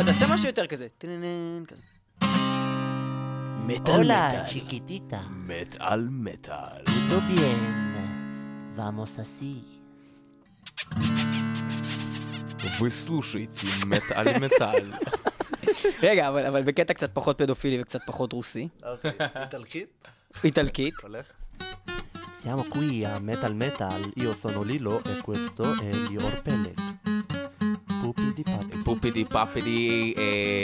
תעשה משהו יותר כזה. טננן, כזה. מטל Hola, מטל. chiquitita. מטל מטל. Todo bien. Vamos así. Вы слушаете מטל מטל. רגע, אבל בקטע קצת פחות פדופילי וקצת פחות רוסי. אוקיי, איטלקית? איטלקית. הולך? Siamo qui a Metal Metal. Io sono Lilo e questo è Lior Pellet. Pupi di papi. פופידי פאפידי,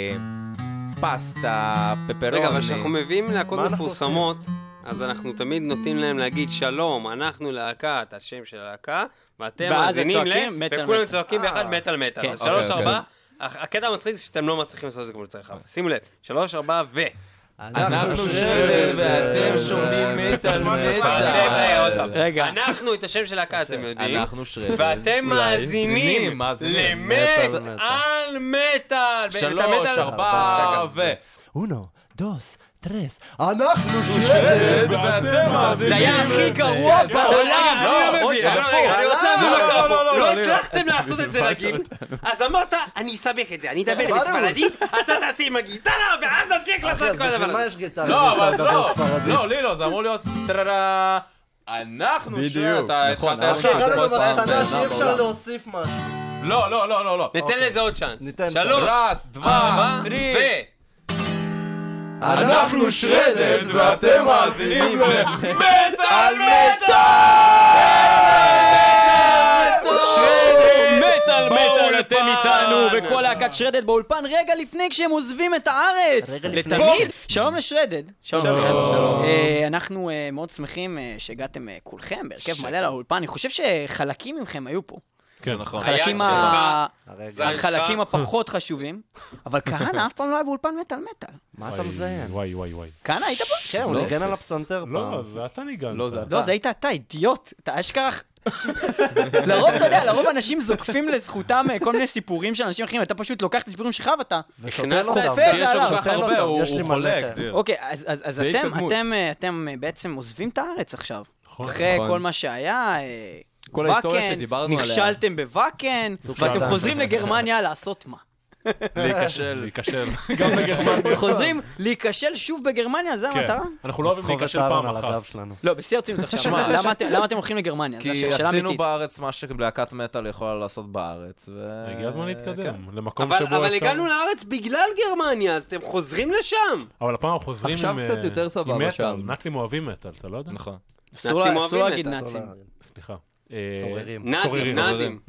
פסטה, פפרוני. רגע, אבל כשאנחנו מביאים להקות מה אנחנו מפורסמות, אז אנחנו תמיד נותנים להם להגיד שלום, אנחנו להקת, השם של הלהקה, ואתם ואז מאזינים צועקים, מטל וכולם מטל. צועקים ביחד מטל מטל. כן. אז 3, אוקיי, 4, הקטע המצחיק זה שאתם לא מצליחים לעשות את זה כמו שצריך. שימו לב, 3, 4 ו... אנחנו שרל ואתם שומעים מטל מטל. רגע. אנחנו את השם של הלהקה אתם יודעים, אנחנו שרל. ואתם מאזינים למט על מטל. 3, 4 ו... Uno, dos, tres. אנחנו שרל ואתם מאזינים. זה היה הכי גרוע בעולם. אני לא מבין, רגע, אני רוצה להבין מה קרה פה. לא, לא הצלחתם לעשות את זה רגיל, אז אמרת, אני אסבך את זה, אני אדבר בספרדית, אתה תעשה עם הגיטרה, ואז נמשיך לעשות את כל הדבר בשביל מה הזה. יש גיטרה? לא, אפשר אבל לדבר לא, ספרדית. לא, לילה, זה אמור להיות טררה. אנחנו שרל, אתה התחלת אחי, הגענו כמו למסקנה סנטר. שאי אפשר להוסיף משהו. לא, לא, לא, לא, לא. ניתן לזה עוד צ'אנס. ניתן 3, רס, דבר, 4 טרי. ו... אנחנו שרדד ואתם מאזינים למטל מטל מטל אתם איתנו וכל להקת שרדד באולפן רגע לפני כשהם עוזבים את הארץ רגע לפני. לתמיד. שלום לשרדד. שלום לכם. שלום. אנחנו מאוד שמחים שהגעתם כולכם בהרכב מלא לאולפן. אני חושב שחלקים מכם היו פה. כן, נכון. חלקים הרגע. החלקים הפחות חשובים, אבל כהנא אף פעם לא היה באולפן מטל מטל. מה אתה מזיין? וואי. כהנא היית פה? כן, הוא ניגן על הפסנתר לא, פעם. זה אתה ניגנת. לא, זה לא, זה היית אתה, אידיוט. אתה אשכרה... לרוב, אתה יודע, לרוב אנשים זוקפים לזכותם כל מיני סיפורים של אנשים אחרים, אתה פשוט לוקח את הסיפורים שלך ואתה... ושותל אותם. יפה, יש זה שם עליו. כל כך הרבה, יש לי הוא מלא חולק. כאלה. אוקיי, אז זה התקדמות. אתם בעצם עוזבים את הארץ עכשיו. נכון. אחרי נכון. כל מה שהיה, כל ההיסטוריה וקן, שדיברנו עליה. נכשלתם בוואקן, ואתם חוזרים לגרמניה לעשות מה? להיכשל. גם בגרמניה. חוזרים להיכשל שוב בגרמניה, זה כן. המטרה? אנחנו לא אוהבים סחוב את להיכשל הארון פעם על הגב אחת. שלנו. לא, בשיא הרצינות עכשיו. שמע, למה אתם הולכים לגרמניה? זו כי שאלה עשינו אמיתית. בארץ מה שלהקת מטל יכולה לעשות בארץ. הגיע הזמן כן. להתקדם. למקום שבו אבל אפשר... הגענו לארץ בגלל גרמניה, אז אתם חוזרים לשם. אבל הפעם אנחנו חוזרים עכשיו עם... קצת יותר סבבה עם מטל. שם. נאטלים אוהבים מטל, אתה לא יודע? נכון. אסור נאצים אוהבים להגיד מטל. נאצים. סליחה. צוררים. נאדים.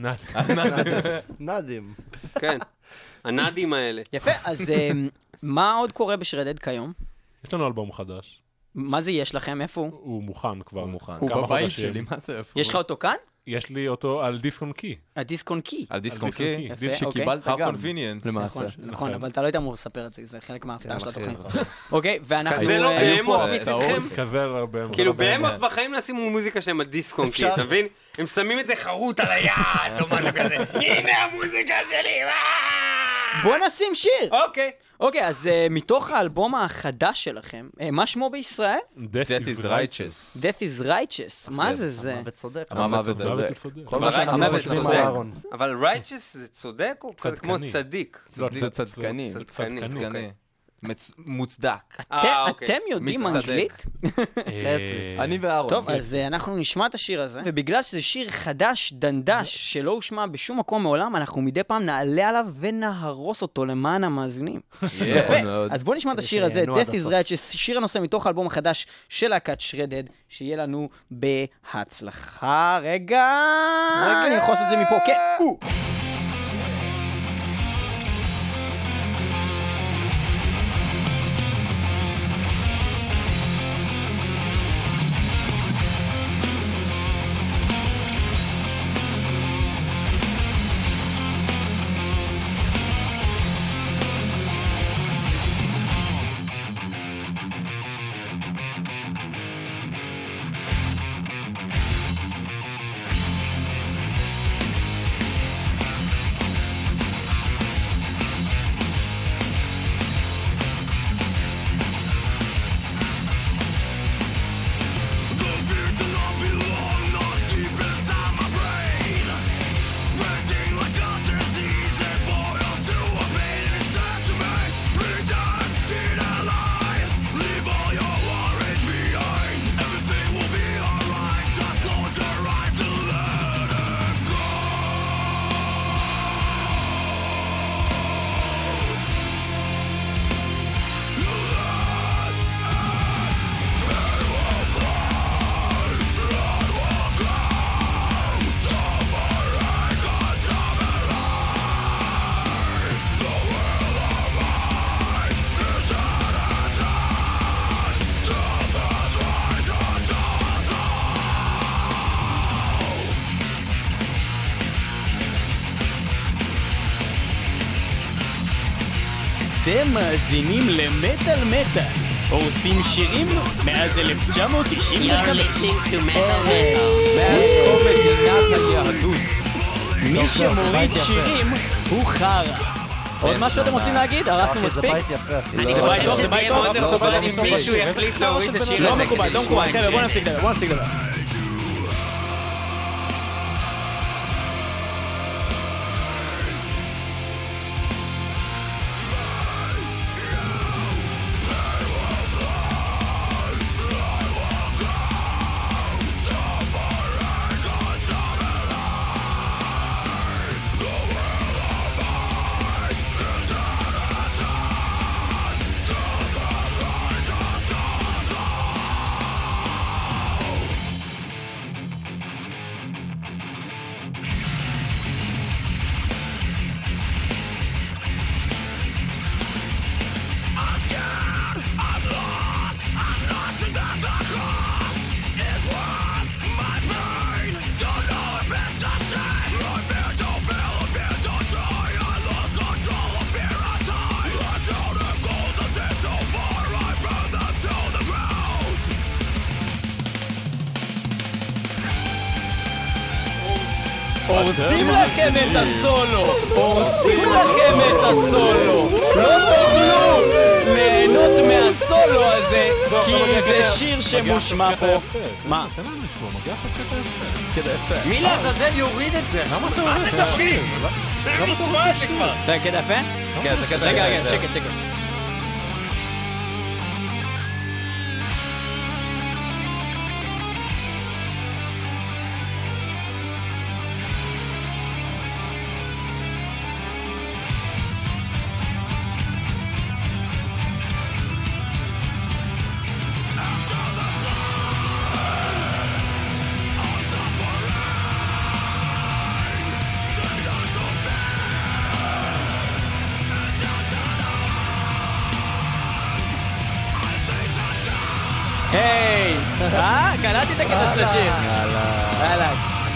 נאדים. כן. הנאדים האלה. יפה, אז מה עוד קורה בשרדד כיום? יש לנו אלבום חדש. מה זה יש לכם? איפה הוא? הוא מוכן כבר. הוא מוכן. כמה חודשים. מה זה איפה? יש לך אותו כאן? יש לי אותו על דיסק און קי. הדיסק און קי. על דיסק על און דיסק און קי? קי. יפה, אוקיי. שקיבלת גם. convenient למעשה. נכון, אבל אתה לא היית אמור לספר את זה, זה חלק מההפתעה של אחי, התוכנית. אוקיי, ואנחנו... זה לא היו פה בהמות מצדכם. כזה הרבה. כאילו בהמות בחיים לא עשימו מוזיקה שלהם בדיסקון, כי אתה מבין? הם שמים את זה חרוט על היד או משהו כזה. הנה המוזיקה שלי! בוא נשים שיר! אוקיי. אוקיי, אז מתוך האלבום החדש שלכם, מה שמו בישראל? Death is righteous. Death is righteous. מה זה זה? המוות צודק. המוות זה צודק. צודק. כל מה שאנחנו המוות חושבים צודק. על אהרון. אבל righteous זה צודק או כזה כמו צדקני. צדיק? זה צדקני. צדקני. צדקני. מוצדק. אוקיי. אתם יודעים מצטדק. אנגלית? אני ואהרון. טוב, אז אנחנו נשמע את השיר הזה, ובגלל שזה שיר חדש, דנדש, שלא הושמע בשום מקום מעולם, אנחנו מדי פעם נעלה עליו ונהרוס אותו למען המאזינים. יפה. אז בואו נשמע את השיר הזה, שיהנו עד Death is Righteous, שיר הנושא מתוך האלבום החדש של להקת שרדד, שיהיה לנו בהצלחה. רגע, אני אחוס את זה מפה, כן. אתם מאזינים למטל מטל, עושים שירים מאז 1995. מאז קום מדינת היהדות. מי שמוריד שירים הוא חרא. עוד משהו אתם רוצים להגיד? הרסנו אחי, זה מספיק? בית יפה, אחי. זה בית טוב, זה בית טוב. מאוד מכובד אם מישהו יחליט להוריד את השיר לא הזה. מקובל, לא מקובל. חבר'ה, בואו נפסיק לדבר. הורסים לכם את הסולו! הורסים לכם את הסולו! לא תוכלו ליהנות מהסולו הזה, כי זה שיר שמושמע פה. מה? תן לנו לשמוע, מגיע לך קטע יפה. מי לעזאזל יוריד את זה? למה אתה הולך את השיר? למה לשמוע את זה כבר? זה קטע יפה? כן, זה קטע. רגע, שקט. היי! קלטתי את הקטע של השיר. יאללה.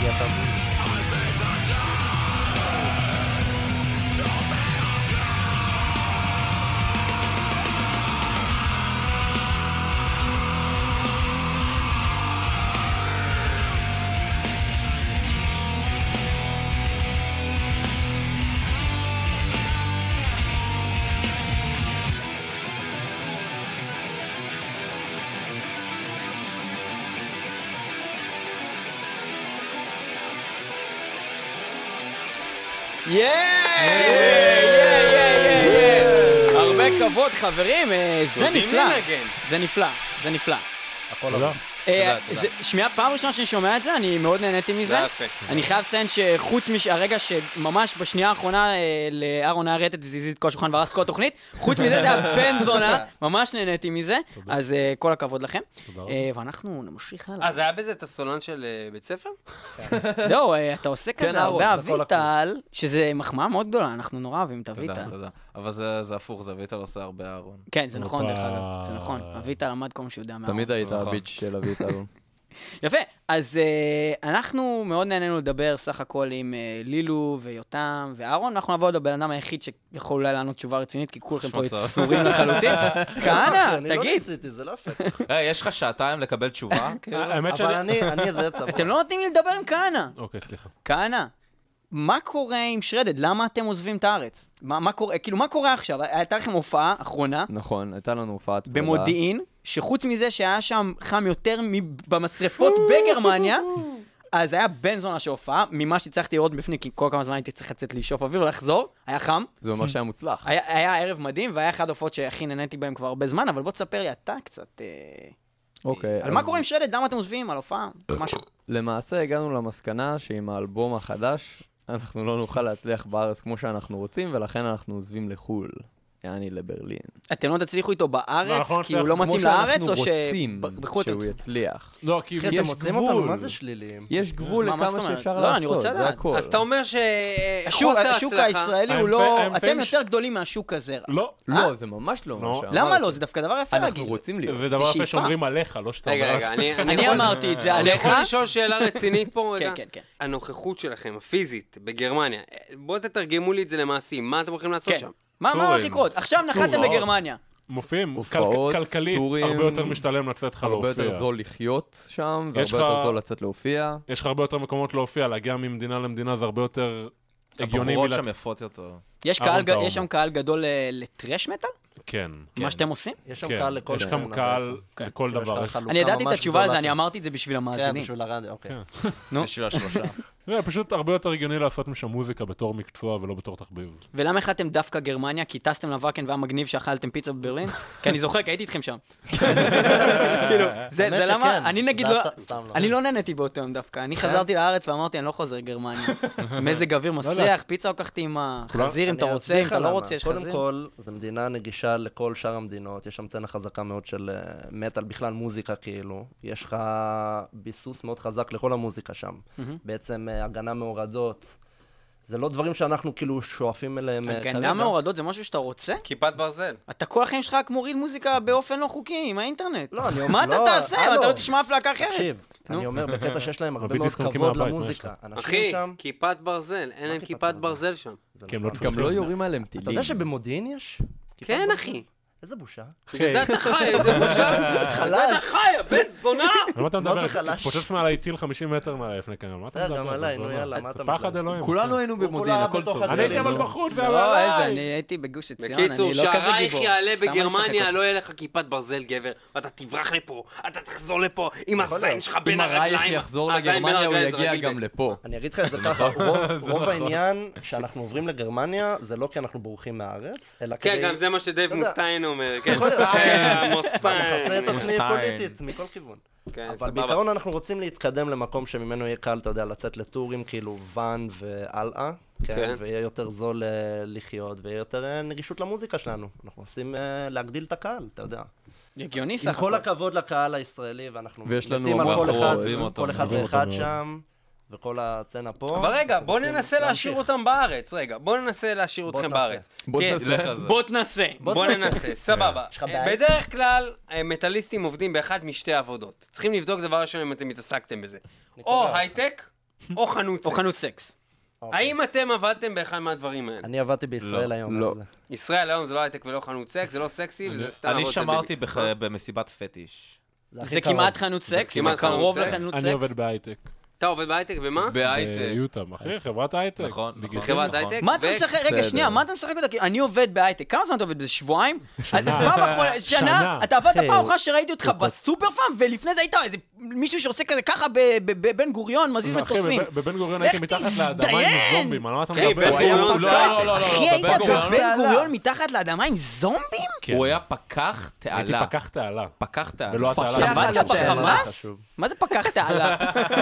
הרבה כבוד חברים, זה נפלא. זה נפלא. תודה. שמיעה, פעם ראשונה שאני שומע את זה, אני מאוד נהניתי מזה. אני חייב לציין שחוץ מהרגע שממש בשנייה האחרונה לארון היה רטט וזיזית כל השולחן והרס כל התוכנית, חוץ מזה זה היה בן זונה, ממש נהניתי מזה, אז כל הכבוד לכם. ואנחנו נמשיך הלאה. אז היה בזה את הסולן של בית ספר? זהו, אתה עושה כזה הרבה אביטל, שזה מחמאה מאוד גדולה, אנחנו נורא אוהבים את אביטל. תודה. אבל זה הפוך, זה אביטל עושה הרבה אהרון. כן, זה נכון דרך אגב, זה נכון. אביטל למד כל מה שהוא יודע מהארון. תמיד היית הביץ' של אביטל. יפה, אז אנחנו מאוד נהנינו לדבר סך הכל עם לילו ויותם ואהרון, אנחנו נעבור לבן אדם היחיד שיכול אולי לענות תשובה רצינית, כי כולכם פה יצורים לחלוטין. כהנא, אני לא תגיד. ניסיתי, זה לא יפה. יש לך שעתיים לקבל תשובה? האמת אבל שאני... אני איזה צבא. אתם לא נותנים לי לדבר עם כהנא. אוקיי, סליחה. כהנא, מה קורה עם שרדד? למה אתם עוזבים את הארץ? מה קורה, כאילו, מה קורה עכשיו? הייתה לכם הופעה אחרונה נכון, הייתה לנו הופעת פרידה. במודיעין, שחוץ מזה שהיה שם חם יותר במשרפות בגרמניה, אז היה בן זונה שהופעה, ממה שצריכתי לראות בפנים, כי כל כמה זמן הייתי צריך לצאת לשאוף אוויר ולחזור, היה חם. זה אומר שהיה מוצלח. היה ערב מדהים, והיה אחד הופעות שהכי נהניתי בהם כבר הרבה זמן, אבל בוא תספר לי אתה קצת... אוקיי. על מה קורה עם שרדד? למה אתם עוזבים? על הופעה? משהו. למעשה הגענו למסקנה שעם האלבום החדש, אנחנו לא נוכל להצליח בארץ כמו שאנחנו רוצים, ולכן אנחנו עוזבים לחול. יעני לברלין. אתם לא תצליחו איתו בארץ, כי הוא לא מתאים לארץ, או כמו שהוא יצליח. לא, כי אחי, אתם מוצאים אותנו, מה זה שליליים? יש גבול לכמה שאפשר לא, אני לעשות, רוצה זה לדעת. הכל. אז אתה אומר שחוסר השוק הצלחה... הישראלי הוא לא... אתם יותר גדולים מהשוק הזה. לא. לא, זה ממש לא מה שאמרתי. למה לא? זה דווקא דבר יפה להגיד. אנחנו רוצים להיות. זה דבר יפה שאיפה. שאומרים עליך, לא שאתה אומר. רגע, אני אמרתי את זה אני עליך. יכול לשאול שאלה רצינית פה רגע? כן, כן. הנוכחות שלכם, הפיזית, בגרמניה, בואו תתרגמו לי את זה למעשים, מה אתם הולכים לעשות כן. שם? מה הולך לקרות? עכשיו נחתם בגרמניה. מופיעים, הופעות, כלכלית, טורים, הרבה יותר משתלם לצאת לך להופיע. הרבה יותר זול לחיות שם, והרבה יש לך- יותר זול לצאת להופיע. יש לך הרבה יותר מקומות להופיע, להגיע ממדינה למדינה זה הרבה יותר הגיוני הבחורות שם יפות יותר. יש אהרון טאומו. שם קהל גדול לטרש מטל? כן. מה שאתם עושים? יש שם כן. קהל לכל יש שם סצנה קהל בעצם. לכל כאילו, יש דבר. לך חלוקה אני ידעתי את ממש התשובה על זה, גדולה, אני כן. אמרתי את זה בשביל כן, המאזינים. בשביל הרדיו, אוקיי. נו. בשביל השלושה. זה פשוט הרבה יותר הגיוני לעשות משם מוזיקה בתור מקצוע ולא בתור תחביב. ולמה החלטתם דווקא גרמניה? כי טסתם לוואקן והיה מגניב שאכלתם פיצה בברלין? כי אני זוכר, כי הייתי איתכם שם. כאילו, זה האמת למה? שכן, אני נגיד זה לא... סתם לא. אני לא נהניתי באותו יום דווקא. אני חזרתי לארץ ואמרתי, אני לא חוזר לגרמניה. מזג אוויר מסריח, פיצה לקחתי עם החזיר אם אתה אני רוצה, אסביר אם לך אתה לא למה. רוצה, יש קודם חזיר. כל, זו מדינה נגישה לכל שאר המדינות, יש שם צנה חזקה מאוד של מטל, בכלל מוזיקה כאילו. יש לך ביסוס מאוד חזק לכל המוזיקה שם. בעצם הגנה מהורדות. זה לא דברים שאנחנו כאילו שואפים אליהם כרגע. הגנה מהורדות זה משהו שאתה רוצה? כיפת ברזל. אתה כל החיים שלך רק מוריד מוזיקה באופן לא חוקי, עם האינטרנט. לא, אני אומר... מה אתה לא, תעשה? הלו. אתה לא תשמע אף להקה אחרת. תקשיב, נו. אני אומר בקטע שיש להם הרבה מביא מאוד דיסקונקים כבוד מהבית, מה למוזיקה. אנשים אחי, שם... כיפת ברזל. אין להם כיפת כיפת ברזל? ברזל שם. זה כי הם נכון. לא גם צריכים. לא יורים עליהם אתה יודע טילים. שבמודיעין יש? כיפת כן, ברזל? אחי. איזה בושה. בגלל זה אתה חי, איזה בושה. חלש. אתה חי, הבן זונה. על מה אתה מה זה מדבר? חלש? פוצץ מעליי טיל 50 מטר מעליי לפני כמה. מה אתה בסדר, מדבר? גם עליי, נו זה יאללה, מה אתה פחד מדבר? אלוהים. כולנו היינו במודיעין, כולם הכל בתוך טוב. הטילים. אני הייתי אבל בחוץ, זה לא, עליי. איזה, אני הייתי בגוש עציון, בקיצור, אני לא כזה שהרייך גיבור. יעלה סתם אני משחק בגרמניה, אותו. לא יהיה לך כיפת ברזל גבר, ואתה תברח לפה, אתה תחזור לפה, עם הזין שלך בין אם הרגליים. הרייך יחזור הזין בין לגרמניה, הוא הרגליים זה יגיע רגיל גם בעצם. לפה. אני אגיד לך את זה ככה, רוב העניין שאנחנו עוברים לגרמניה, זה לא כי אנחנו בורחים מהארץ, אלא כן, כדי... גם זה מה שדייב אתה יודע. מוסטיין אומר, כן, יכול להיות. סטיין, מכסה את מוסטיין. עצמי פוליטית, מכל כיוון. כן, אבל סבבה. בעיקרון אנחנו רוצים להתקדם למקום שממנו יהיה קל, אתה יודע, לצאת לטורים, כאילו ואן והלאה, כן, כן. ויהיה יותר זול לחיות, ויהיה יותר נגישות למוזיקה שלנו. אנחנו רוצים להגדיל את הקהל, אתה יודע. הגיוני עם סך כל הכל. הכבוד לקהל הישראלי, ואנחנו ויש לנו מתים על כל אנחנו אחד, אוהבים אותו, כל אחד אוהבים ואחד אותו שם, וכל הצצנה פה. אבל רגע, בוא רוצים ננסה להשאיר להמשיך. אותם בארץ, רגע, בוא ננסה להשאיר בוא אתכם תנסה. בארץ. בוא כן, תנסה. לך על זה. בוא תנסה. בוא ננסה, סבבה. יש לך בעיה? בדרך כלל, מטאליסטים עובדים באחד משתי עבודות. צריכים לבדוק דבר ראשון אם אתם התעסקתם בזה. או הייטק, או חנות או סקס. חנות סקס. אוקיי. האם אתם עבדתם באחד מהדברים האלה? אני עבדתי בישראל היום. לא. אז- ישראל היום זה לא הייטק ולא חנות סקס, זה לא סקסי, וזה סתם אני עבוד של שמרתי ביבי. במסיבת פטיש. הכי זה קרוב. כמעט חנות סקס, כמעט זה קרוב חנות סקס. לחנות אני סקס. עובד בהייטק. אתה עובד בהייטק במה? בהייטק. ביוטם, אחי, חברת הייטק. נכון, בגלל נכון. זה. חברת נכון. הייטק? מה אתה משחק? רגע, בסדר. שנייה, מה אתה משחק אותה? כאילו, אני עובד בהייטק. כמה זמן אתה עובד בזה? שבועיים? שנה. פעם אחרונה, שנה? שנה. אתה עבדת אחי, פעם אחרונה שראיתי אותך בסופר פארם, ולפני זה היית איזה מישהו שעושה כזה ככה בבן גוריון, מזיז אחי, מטוסים. בבן גוריון לך הייתי מתחת לאדמה עם תזדיין! זומבים, על מה אתה אחי, מדבר? בן גוריון זה הייטק. אחי, היית בבן גוריון בבן גוריון מתחת לאדמה עם זומבים? כן. הוא היה פקח הייתי תעלה. פקח תעלה. פקח תעלה. ולא התעלה. פשע. עבדת בחמאס? חשוב. מה זה פקח תעלה?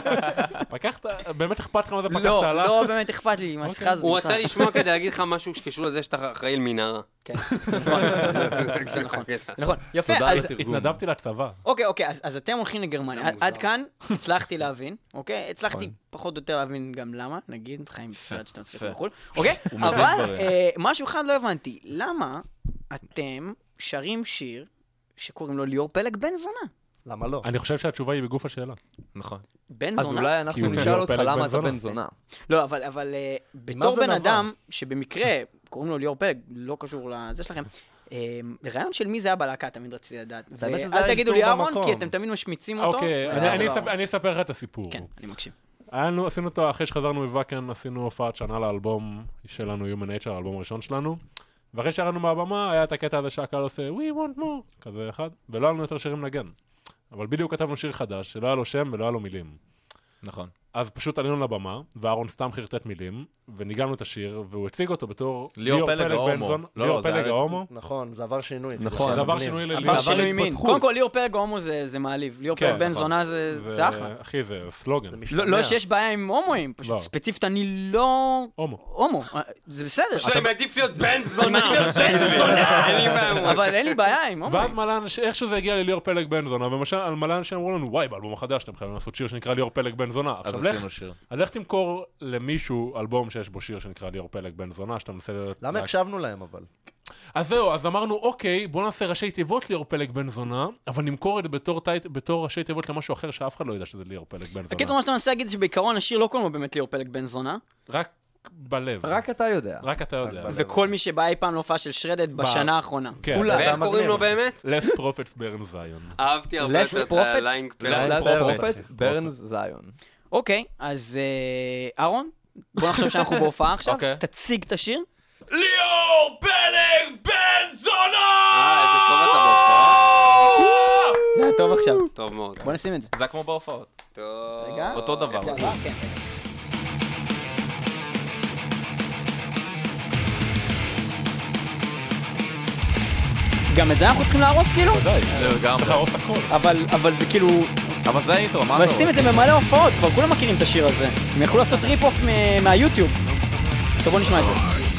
באמת אכפת לך מה זה פקח לא, תעלה? לא באמת אכפת לי, עם השיחה הזאת. הוא בכלל. רצה לשמוע כדי להגיד לך משהו שקשור לזה שאתה אחראי על מנהרה. כן, נכון. זה נכון. נכון, יפה, תודה על אז... התרגום. התנדבתי לצבא. אוקיי, אז אתם הולכים לגרמניה. מוזר. עד כאן הצלחתי להבין, אוקיי? הצלחתי פחות או יותר להבין גם למה, נגיד, חיים בסרט שאתם מצליחים יפה. בחו"ל. אוקיי? מבין אבל דברים. משהו אחד לא הבנתי. למה אתם שרים שיר שקוראים לו ליאור פלג בן זונה? למה לא? אני חושב שהתשובה היא בגוף השאלה. נכון. בן אז זונה? אולי כי אנחנו הוא נשאל ליאור אותך פלג למה בן אתה זונה. בן זונה. לא, אבל בתור זה בן נבע? אדם, שבמקרה קוראים לו ליאור פלג, לא קשור לזה שלכם, רעיון של מי זה היה בלהקה, תמיד רציתי לדעת. האמת שזה ואל היה תגידו לי אלתור אהרון, כי במקום. אתם תמיד משמיצים אותו. אוקיי, וזה לא אהרון. אני אספר לך את הסיפור. כן, אני מקשיב. עשינו אותו אחרי שחזרנו מוואקן, עשינו הופעת שנה לאלבום שלנו, Human Nature, האלבום הראשון שלנו. ואחרי שירדנו מהבמה, היה את הקטע הזה שהקהל עושה, We want more, כזה אחד, ולא היה לנו יותר שירים לנגן. אבל בדיוק כתבנו שיר חדש, שלא היה לו שם ולא היה לו מילים. נכון. אז פשוט עלינו לבמה, ואהרון סתם חרטט מילים, וניגענו את השיר, והוא הציג אותו בתור ליאור פלג בן ההומו. זון. לא, ליאור זה פלג היה- ההומו. נכון, זה עבר שינוי. נכון, זה עבר מגניב. שינוי עבר לליאור. שינוי מין. התפתחות. קודם כל, ליאור פלג הומו זה מעליב. ליאור כן, פלג בן נכון. זונה זה אחלה. אחי, זה סלוגן. זה משתמע. לא שיש בעיה עם הומואים, פשוט לא. ספציפית אני לא הומו. הומו. זה בסדר. פשוט אני מעדיף להיות בן זונה. זונה. אין לי בעיה. אבל אין לי בעיה עם ואז הומואים. מלא אנשים, איכשהו זה הגיע לליאור פלג בן זונה, ומשל מלא אנשים אמרו לנו, וואי, באלבום החדש אתם חייבים לעשות שיר שנקרא ליאור פלג בן זונה. אז עכשיו, לך- עשינו שיר. אז איך תמכור למישהו אלבום שיש בו שיר שנקרא ליאור פלג בן זונה, שאתה מנסה... למה הקשבנו להם אבל? אז זהו, אז אמרנו, אוקיי, בוא נעשה ראשי תיבות ליאור פלג בן זונה, אבל נמכור את זה בתור ראשי תיבות למשהו אחר שאף אחד לא ידע שזה ליאור פלג בן הקיצור, זונה. מה שאתה מנסה להגיד זה שבעיקרון השיר לא קוראים לו באמת ליאור פלג בן זונה. רק בלב. רק אתה יודע. רק אתה יודע. וכל מי שבא אי פעם להופעה של שרדד בשנה האחרונה. כן. ואיך קוראים לו באמת? Left Prophets Burn Zion. אהבתי הרבה Left את Prophets? הליינג פרופט ברנס זיון. אוקיי, אז אהרון, בוא נחשוב שאנחנו בהופעה עכשיו. אוקיי. תציג את השיר. ליאור פלג בן זונה! איזה טוב אתה בהופעה. זה היה טוב עכשיו. טוב מאוד. בוא נשים את זה. זה כמו בהופעות. טוב. רגע. אותו דבר. זה עבר? כן. גם את זה אנחנו צריכים להרוס כאילו? ודאי. גם צריך להרוס הכל. אבל זה כאילו... אבל זה האינטרו, מה אבל אתה עשיתם את זה במלא הופעות, כבר כולם מכירים את השיר הזה. הם יכלו לעשות ריפ-אוף מהיוטיוב. טוב, בוא נשמע את זה.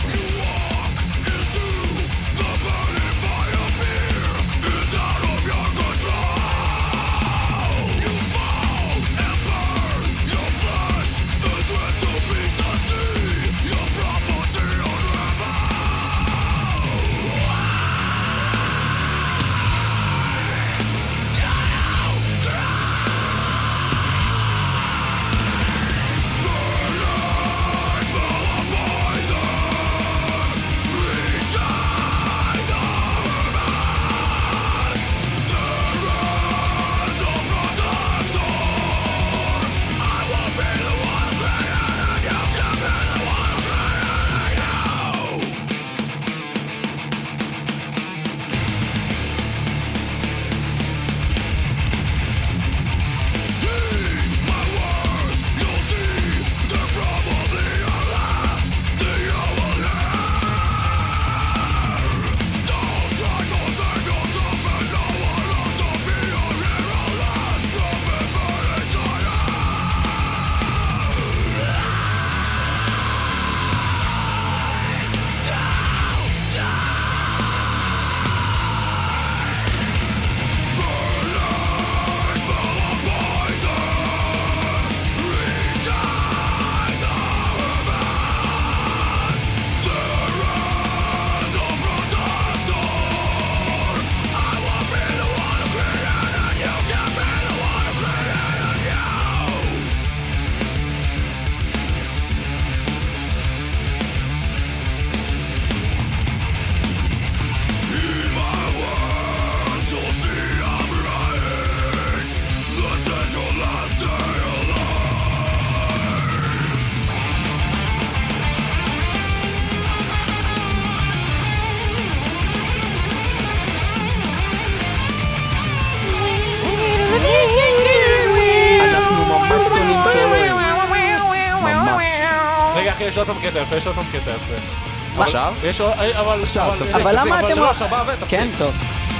יש עוד פעם קטע, יש עוד פעם קטע. עכשיו? יש עוד, אבל... אבל למה אתם... שלוש הבא ותפסיק. כן, טוב.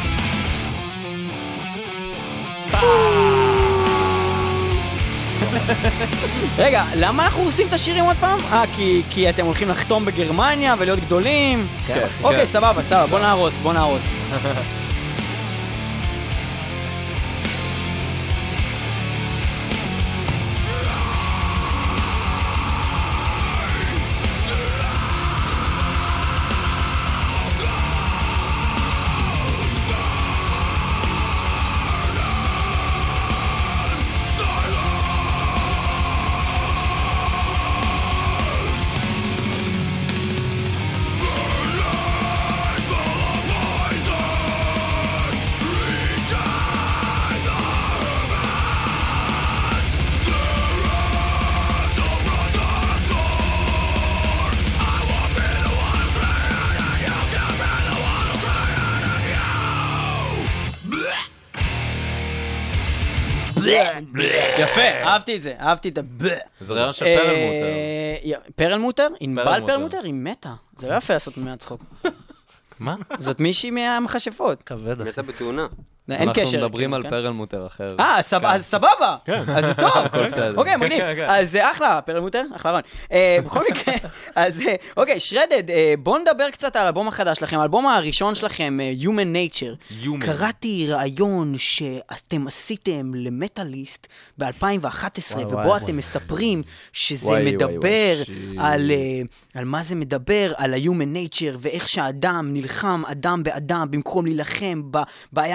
רגע, למה אנחנו עושים את השירים עוד פעם? כי אתם הולכים לחתום בגרמניה ולהיות גדולים? כן. אוקיי, סבבה, בוא נהרוס. יפה, אהבתי את זה, אהבתי את זה רעיון של פרלמוטר. פרלמוטר? ענבל פרלמוטר? היא מתה. זה לא יפה לעשות ממנה צחוק. מה? זאת מישהי מהמכשפות. כבד. מתה בתאונה. אין קשר. אנחנו מדברים על כן? פרלמוטר אחר. אז סבבה. אז זה טוב. בסדר. אוקיי, מגניב. אז זה אחלה, פרלמוטר, אחלה רעיון. בכל מקרה, אז אוקיי, שרדד, בואו נדבר קצת על האלבום החדש שלכם, האלבום הראשון שלכם, Human Nature. קראתי רעיון שאתם עשיתם למטאליסט ב-2011, ובו אתם מספרים שזה מדבר על מה זה מדבר, על ה-Human Nature, ואיך שהאדם נלחם אדם באדם במקום להילחם בבעיה האמיתית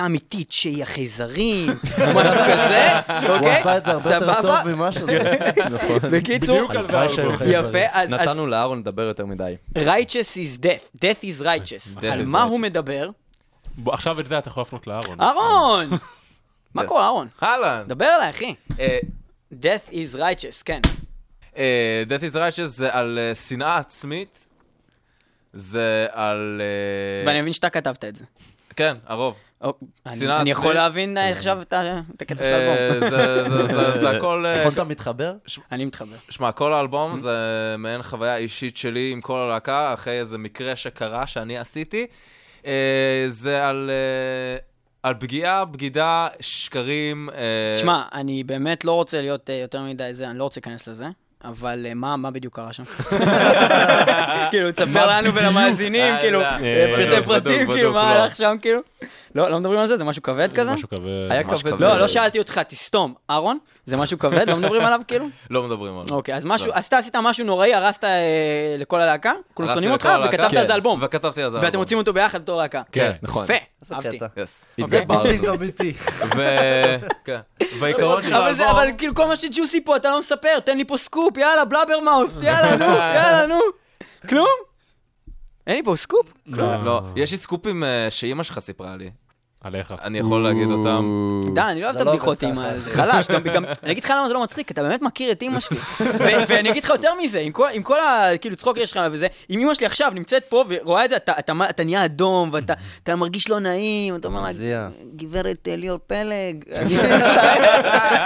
שהיא החייזרים, או משהו כזה, הוא אוקיי? עשה את זה הרבה יותר טוב ממה שזה. בקיצור, יפה, אז נתנו לאהרון לדבר יותר מדי. righteous is death, death is righteous. על מה הוא מדבר? עכשיו את זה אתה יכול לפנות לאהרון. אהרון! מה קורה, אהרון? אהלן. דבר אליי, אחי. death is righteous, כן. Death is righteous זה על שנאה עצמית, זה על... ואני מבין שאתה כתבת את זה. כן, הרוב. אני יכול להבין עכשיו את הקטע של האלבום. זה הכל... יכולת מתחבר? אני מתחבר. שמע, כל האלבום זה מעין חוויה אישית שלי עם כל הלהקה, אחרי איזה מקרה שקרה שאני עשיתי. זה על פגיעה, בגידה, שקרים. תשמע, אני באמת לא רוצה להיות יותר מדי זה, אני לא רוצה להיכנס לזה. אבל מה בדיוק קרה שם? כאילו, תספר לנו ולמאזינים, כאילו, פרטי פרטים, כאילו, מה הלך שם, כאילו? לא מדברים על זה? זה משהו כבד כזה? משהו כבד. היה כבד. לא שאלתי אותך, תסתום. אהרון? זה משהו כבד? לא מדברים עליו, כאילו? לא מדברים עליו. אוקיי, אז משהו, אז אתה עשית משהו נוראי, הרסת לכל הלהקה? כולם שונאים אותך, וכתבת על זה אלבום. וכתבתי על זה אלבום. ואתם מוצאים אותו ביחד בתור להקה. כן, נכון. יפה, אהבתי. גם איתי. והעיקרון של האלבום... אבל כאילו כל מה שג'וסי פה, אתה לא מספר, תן לי פה סקופ, יאללה, בלאברמאוס, יאללה, נו. כלום? אין לי פה סקופ? לא, יש לי סקופים שאימא שלך סיפרה לי. עליך. אני יכול להגיד אותם. די, אני לא אוהב את הבדיחות אימא, זה חלש. אני אגיד לך למה זה לא מצחיק, אתה באמת מכיר את אימא שלי. ואני אגיד לך יותר מזה, עם כל כאילו צחוק יש לך וזה, אם אימא שלי עכשיו נמצאת פה ורואה את זה, אתה נהיה אדום, ואתה מרגיש לא נעים, אתה אומר לה, גברת ליאור פלג, אני מצטער.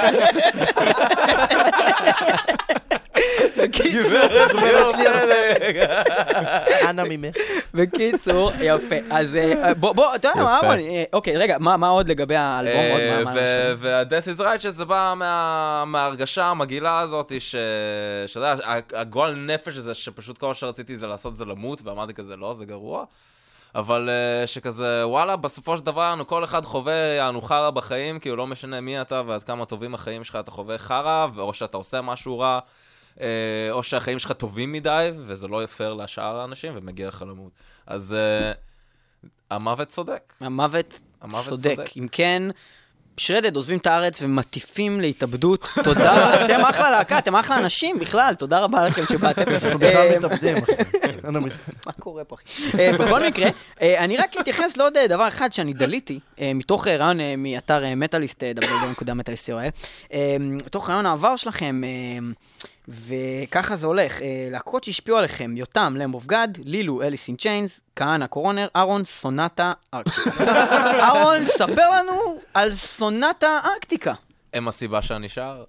אנא ממך. בקיצור, יפה. אז בוא, אתה יודע מה, אוקיי, רגע, מה עוד לגבי האלבום? וה-Death is Righteous זה בא מההרגשה המגעילה הזאת, שאתה יודע, הגועל נפש הזה, שפשוט כל מה שרציתי זה לעשות זה למות, ואמרתי כזה, לא, זה גרוע. אבל שכזה, וואלה, בסופו של דבר, כל אחד חווה יענו חרא בחיים, כי הוא לא משנה מי אתה ועד כמה טובים החיים שלך, אתה חווה חרא, או שאתה עושה משהו רע, או שהחיים שלך טובים מדי, וזה לא יפר לשאר האנשים, ומגיע לך למות. אז המוות צודק. המוות צודק. אם כן, שרדד עוזבים את הארץ ומטיפים להתאבדות. תודה, אתם אחלה להקה, אתם אחלה אנשים בכלל, תודה רבה לכם שבאתם. בכלל מתאבדים, אחי. מה קורה פה, אחי? בכל מקרה, אני רק אתייחס לעוד דבר אחד שאני דליתי, מתוך רעיון מאתר מטליסט, www.metalist.co.il, מתוך רעיון העבר שלכם, וככה זה הולך, להקות שהשפיעו עליכם, יותם, למב אוף גאד, לילו, אליס אין צ'יינס, כהנא קורונר, אהרון, סונטה ארקטיקה. אהרון, ספר לנו על סונטה ארקטיקה. הם הסיבה שאני שר?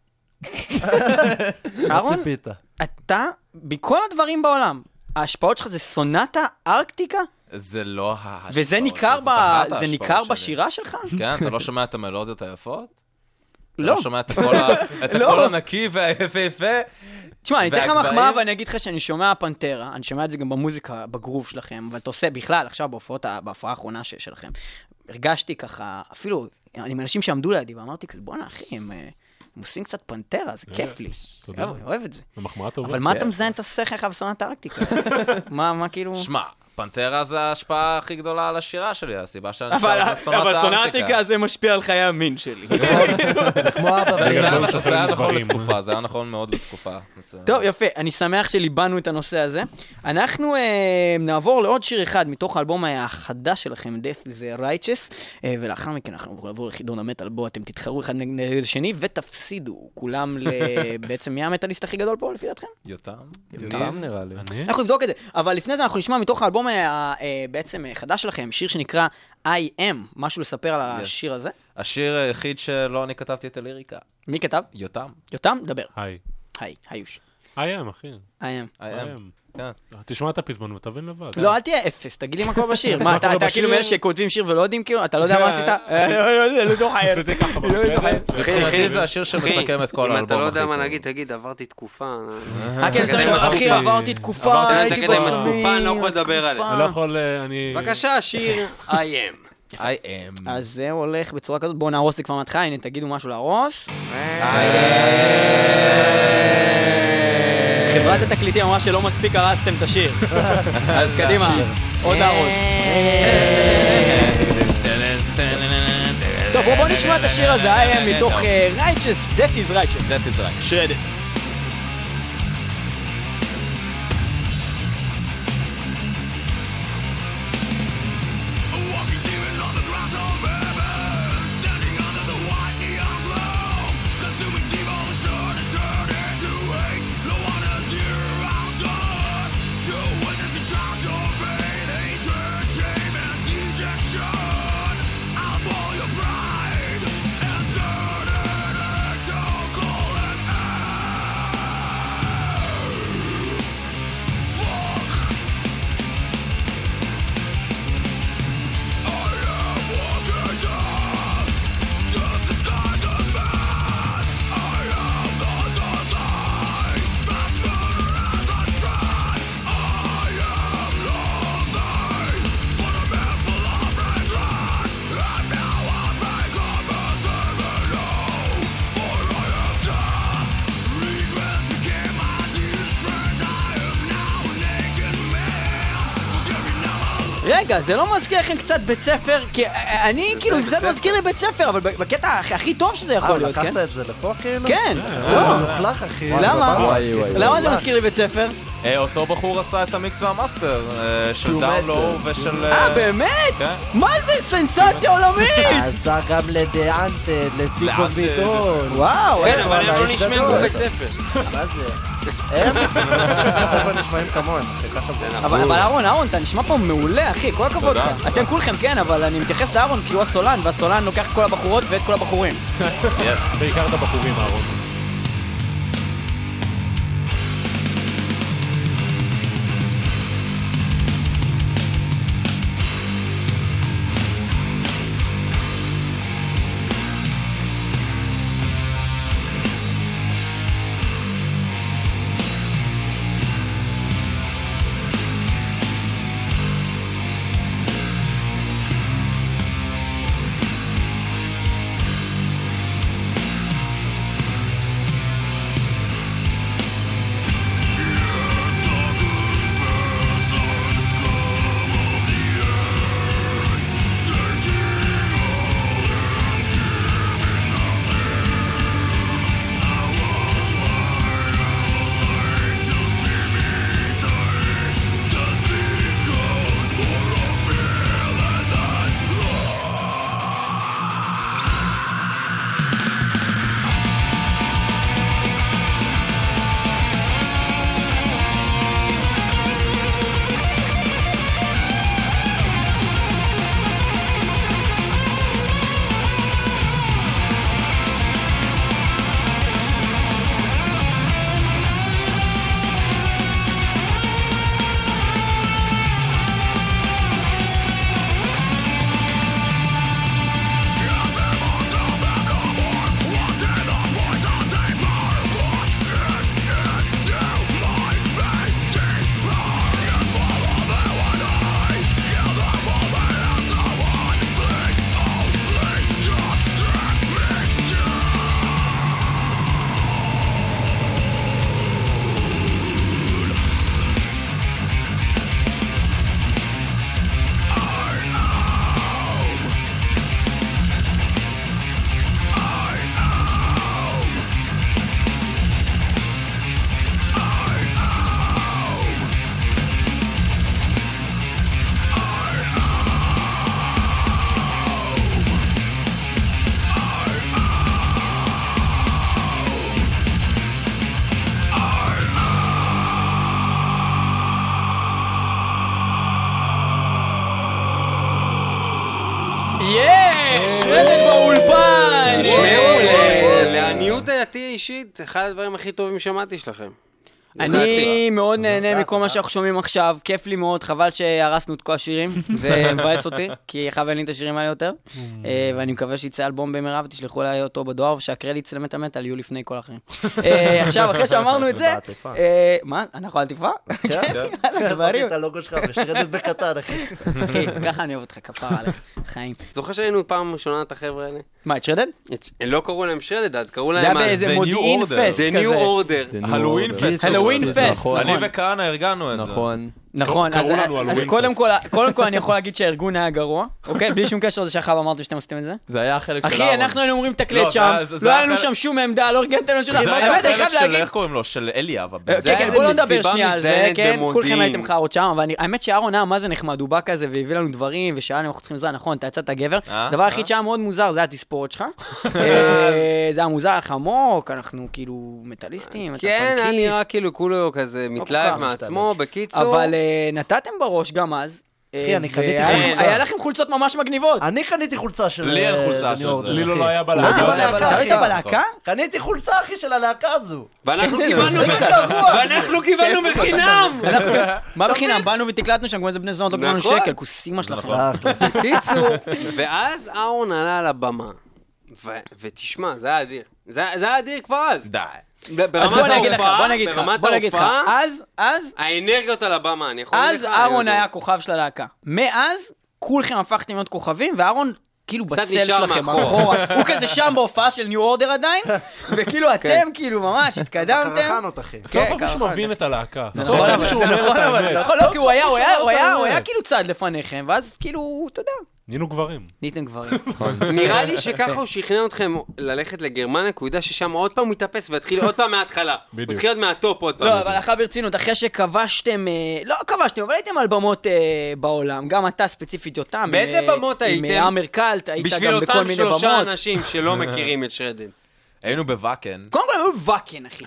אהרון, אתה, בכל הדברים בעולם, ההשפעות שלך זה סונטה ארקטיקה? זה לא ההשפעות. וזה ניכר בשירה שלך? כן, אתה לא שומע את המלודיות היפות? לא. אתה לא שומע את הקול הנקי והיפה. תשמע, אני אתן לך מחמאה ואני אגיד לך שאני שומע פנטרה, אני שומע את זה גם במוזיקה, בגרוב שלכם, ואתה עושה בכלל, עכשיו בהופעה האחרונה שלכם, הרגשתי ככה, אפילו, אני מאנשים שעמדו לידי, ואמרתי כזה, בוא'נה אחי, הם עושים קצת פנטרה, זה כיף לי. אני אוהב את זה. המחמאה טובה. אבל מה אתה מזיין את השכל לך בסונת הארקטיקה? מה כאילו... שמע, פנטרה זה ההשפעה הכי גדולה על השירה שלי, הסיבה שאני שר זה סונת אבל סונת הארקטיקה. הארקטיקה זה משפיע על חיי המין שלי. זה היה נכון לתקופה, זה היה נכון מאוד לתקופה. טוב, יפה, אני שמח שליבנו את הנושא הזה. אנחנו נעבור לעוד שיר אחד מתוך האלבום החדש שלכם, Death is Righteous, ולאחר מכן אנחנו נעבור לחידון המטל, בו אתם תתחרו אחד נגד השני ותפסידו כולם בעצם מי המטליסט הכי גדול פה לפי דעתכם? יותם נראה לי. אנחנו נבדוק את זה, אבל לפני זה אנחנו נשמע מתוך האלבום בעצם חדש שלכם, שיר שנקרא I am, משהו לספר על השיר הזה? השיר היחיד שלא אני כתבתי את הליריקה. מי כתב? יותם. יותם, דבר. היי. היי, היוש. I am, אחי. I am. כן. תשמע את הפזמון ותבין לבד. לא, אל תהיה אפס, תגיד לי מה קורה בשיר. מה, אתה כאילו מאלה שכותבים שיר ולא יודעים כאילו? אתה לא יודע מה עשית? לא חייב. מבחינתי זה השיר שמסכם את כל האלבום. אם אתה לא יודע מה להגיד, תגיד, עברתי תקופה. אחי, עברתי תקופה, הייתי בסמים. אני לא יכול לדבר עליה. אני לא יכול, בבקשה, שיר I am. I am. אז זה הולך בצורה כזאת, בואו נהרוס לי כבר מתחיל, הנה תגידו משהו להרוס. חברת התקליטים אמרה שלא מספיק הרסתם את השיר. אז קדימה, עוד להרוס. בוא נשמע את השיר הזה, I am מתוך Righteous, Death is Righteous. Death is Righteous. Shredded. רגע, זה לא מזכיר לכם קצת בית ספר? כי אני כאילו, זה קצת מזכיר לי בית ספר, אבל בקטע הכי טוב שזה יכול להיות, כן? לקחת את זה לפה כאילו? כן. מוחלך אחי. למה? למה זה מזכיר לי בית ספר? אותו בחור עשה את המיקס והמאסטר של דאונלו ושל... באמת? מה זה סנסציה עולמית? עשה גם לדאנטד, לסיקו וידון. וואו. כן, אבל הם לא נשמעים בבית ספר. מה זה? הם? ספר נשמעים כמוהם. אבל אהרון, אתה נשמע פה מעולה, אחי, כל הכבוד לך. אתם כולכם כן, אבל אני מתייחס לאהרון כי הוא הסולן, והסולן לוקח את כל הבחורות ואת כל הבחורים. בעיקר את הבחורים, אהרון. שרדד באולפן! תשמעו, לעניות דעתי אישית, אחד הדברים הכי טובים שמעתי שלכם. אני מאוד נהנה מכל מה שאנחנו שומעים עכשיו, כיף לי מאוד, חבל שהרסנו את כל השירים, זה מבאס אותי, כי חייב אין לי את השירים האלה יותר, ואני מקווה שיצא אלבום במהרה ותשלחו אליי אותו בדואר, ושהקרדיטס למטה מטל יהיו לפני כל האחרים. עכשיו, אחרי שאמרנו את זה, מה? אנחנו על טיפה? כן, חזרתי את הלוגו שלך ושרדת בקטן, אחי. אחי, ככה אני אוהב אותך, כפרה עליך, חיים. זוכר שהיינו פעם ראשונה את החבר'ה האלה? מה, את שרדד? הם לא קראו להם שרדד, קראו זה להם... היה באיזה מודיעין פסט The כזה. New Order. הלואוין פסט. הלואוין פסט, אני וקראנה ארגנו את זה. נכון. נכון, קראו לנו על אז ווינפסט. קודם כל אני יכול להגיד שהארגון היה גרוע, אוקיי? בלי שום קשר לזה שאחר אמרתם שאתם עשיתם את זה. זה היה החלק של אחי, אהרון. אנחנו היינו אומרים לא, תקלט שם, זה לא היה היה לנו חלק- שם שום עמדה, לא ארגנתם לנו שום דבר. זה באמת, היה אני חייב חלק של, להגיד, איך קוראים לו? של אליאב. כן, זה כן, היה בוא לא נדבר מסיבה שנייה על זה, מזדיינת כן, במודיעין. כולכם הייתם חרות שם, אבל האמת שאהרון היה מה זה נחמד, הוא בא כזה והביא לנו דברים, ושאלנו אנחנו צריכים עזרה, נכון, אתה יצאת גבר. הדבר היחיד שהיה מאוד מוזר, זה התספורת שלך. זה היה מוזר, לך עמוק, אנחנו כאילו מטאליסטים, אתה כן, היה פנקיסט. נראה כאילו כולו כזה מתלהב כך. מעצמו, בקיצור. אבל נתתם בראש גם אז. אחי, אני קניתי והיה לכם- חולצה. היה לכם חולצות ממש מגניבות. אני קניתי חולצה של... לי אין חולצה ניו של אורדר, זה. לי לא אחי. היה הייתי בלהקה. בלהקה, אתה היית אחי. בלהקה? קניתי חולצה, אחי, של הלהקה הזו. ואנחנו קיבלנו בחינם! מה בחינם? באנו ותקלטנו שם כמו איזה בני זונות, לא קיבלנו נכון. שקל, כוסימה שלכם. קיצור, ואז אהרון עלה על הבמה. ותשמע, זה היה אדיר. זה היה אדיר כבר אז. די. אז בוא נגיד לך, אז האנרגיות על הבמה, אני יכול להגיד לך. אהרון היה כוכב של הלהקה. מאז, כולכם הפכתם להיות כוכבים, ואהרון כאילו קצת בצל נשאר שלכם, מאחורה. מאחורה. הוא כזה שם בהופעה של ניו אורדר עדיין, וכאילו אתם כאילו ממש התקדמתם. קרחנות, אחי. סוף כן, סוף מישהו ככה. מבין את הלהקה. זה סוף סוף נכון, מישהו זה אומר נכון, את אבל האמת. נכון, לא, כי הוא היה האמת. כאילו צד לפניכם, ואז כאילו, אתה יודע, נהיינו גברים. ניתן גברים. נראה לי שככה הוא שכנע אתכם ללכת לגרמניה, כי הוא יודע ששם עוד פעם הוא יתאפס ויתחיל עוד פעם מההתחלה. הוא בדיוק. התחיל עוד מהטופ עוד פעם. לא, אבל אחר ברצינות, אחרי שכבשתם, לא כבשתם, אבל הייתם על במות בעולם, גם אתה ספציפית אותם. באיזה במות הייתם? עם אמרקלט, היית בשביל גם בכל אותם מיני 3 במות. אנשים שלא מכירים את שרדן. היינו בוואקן. קודם כל, היו וואקן, אחי.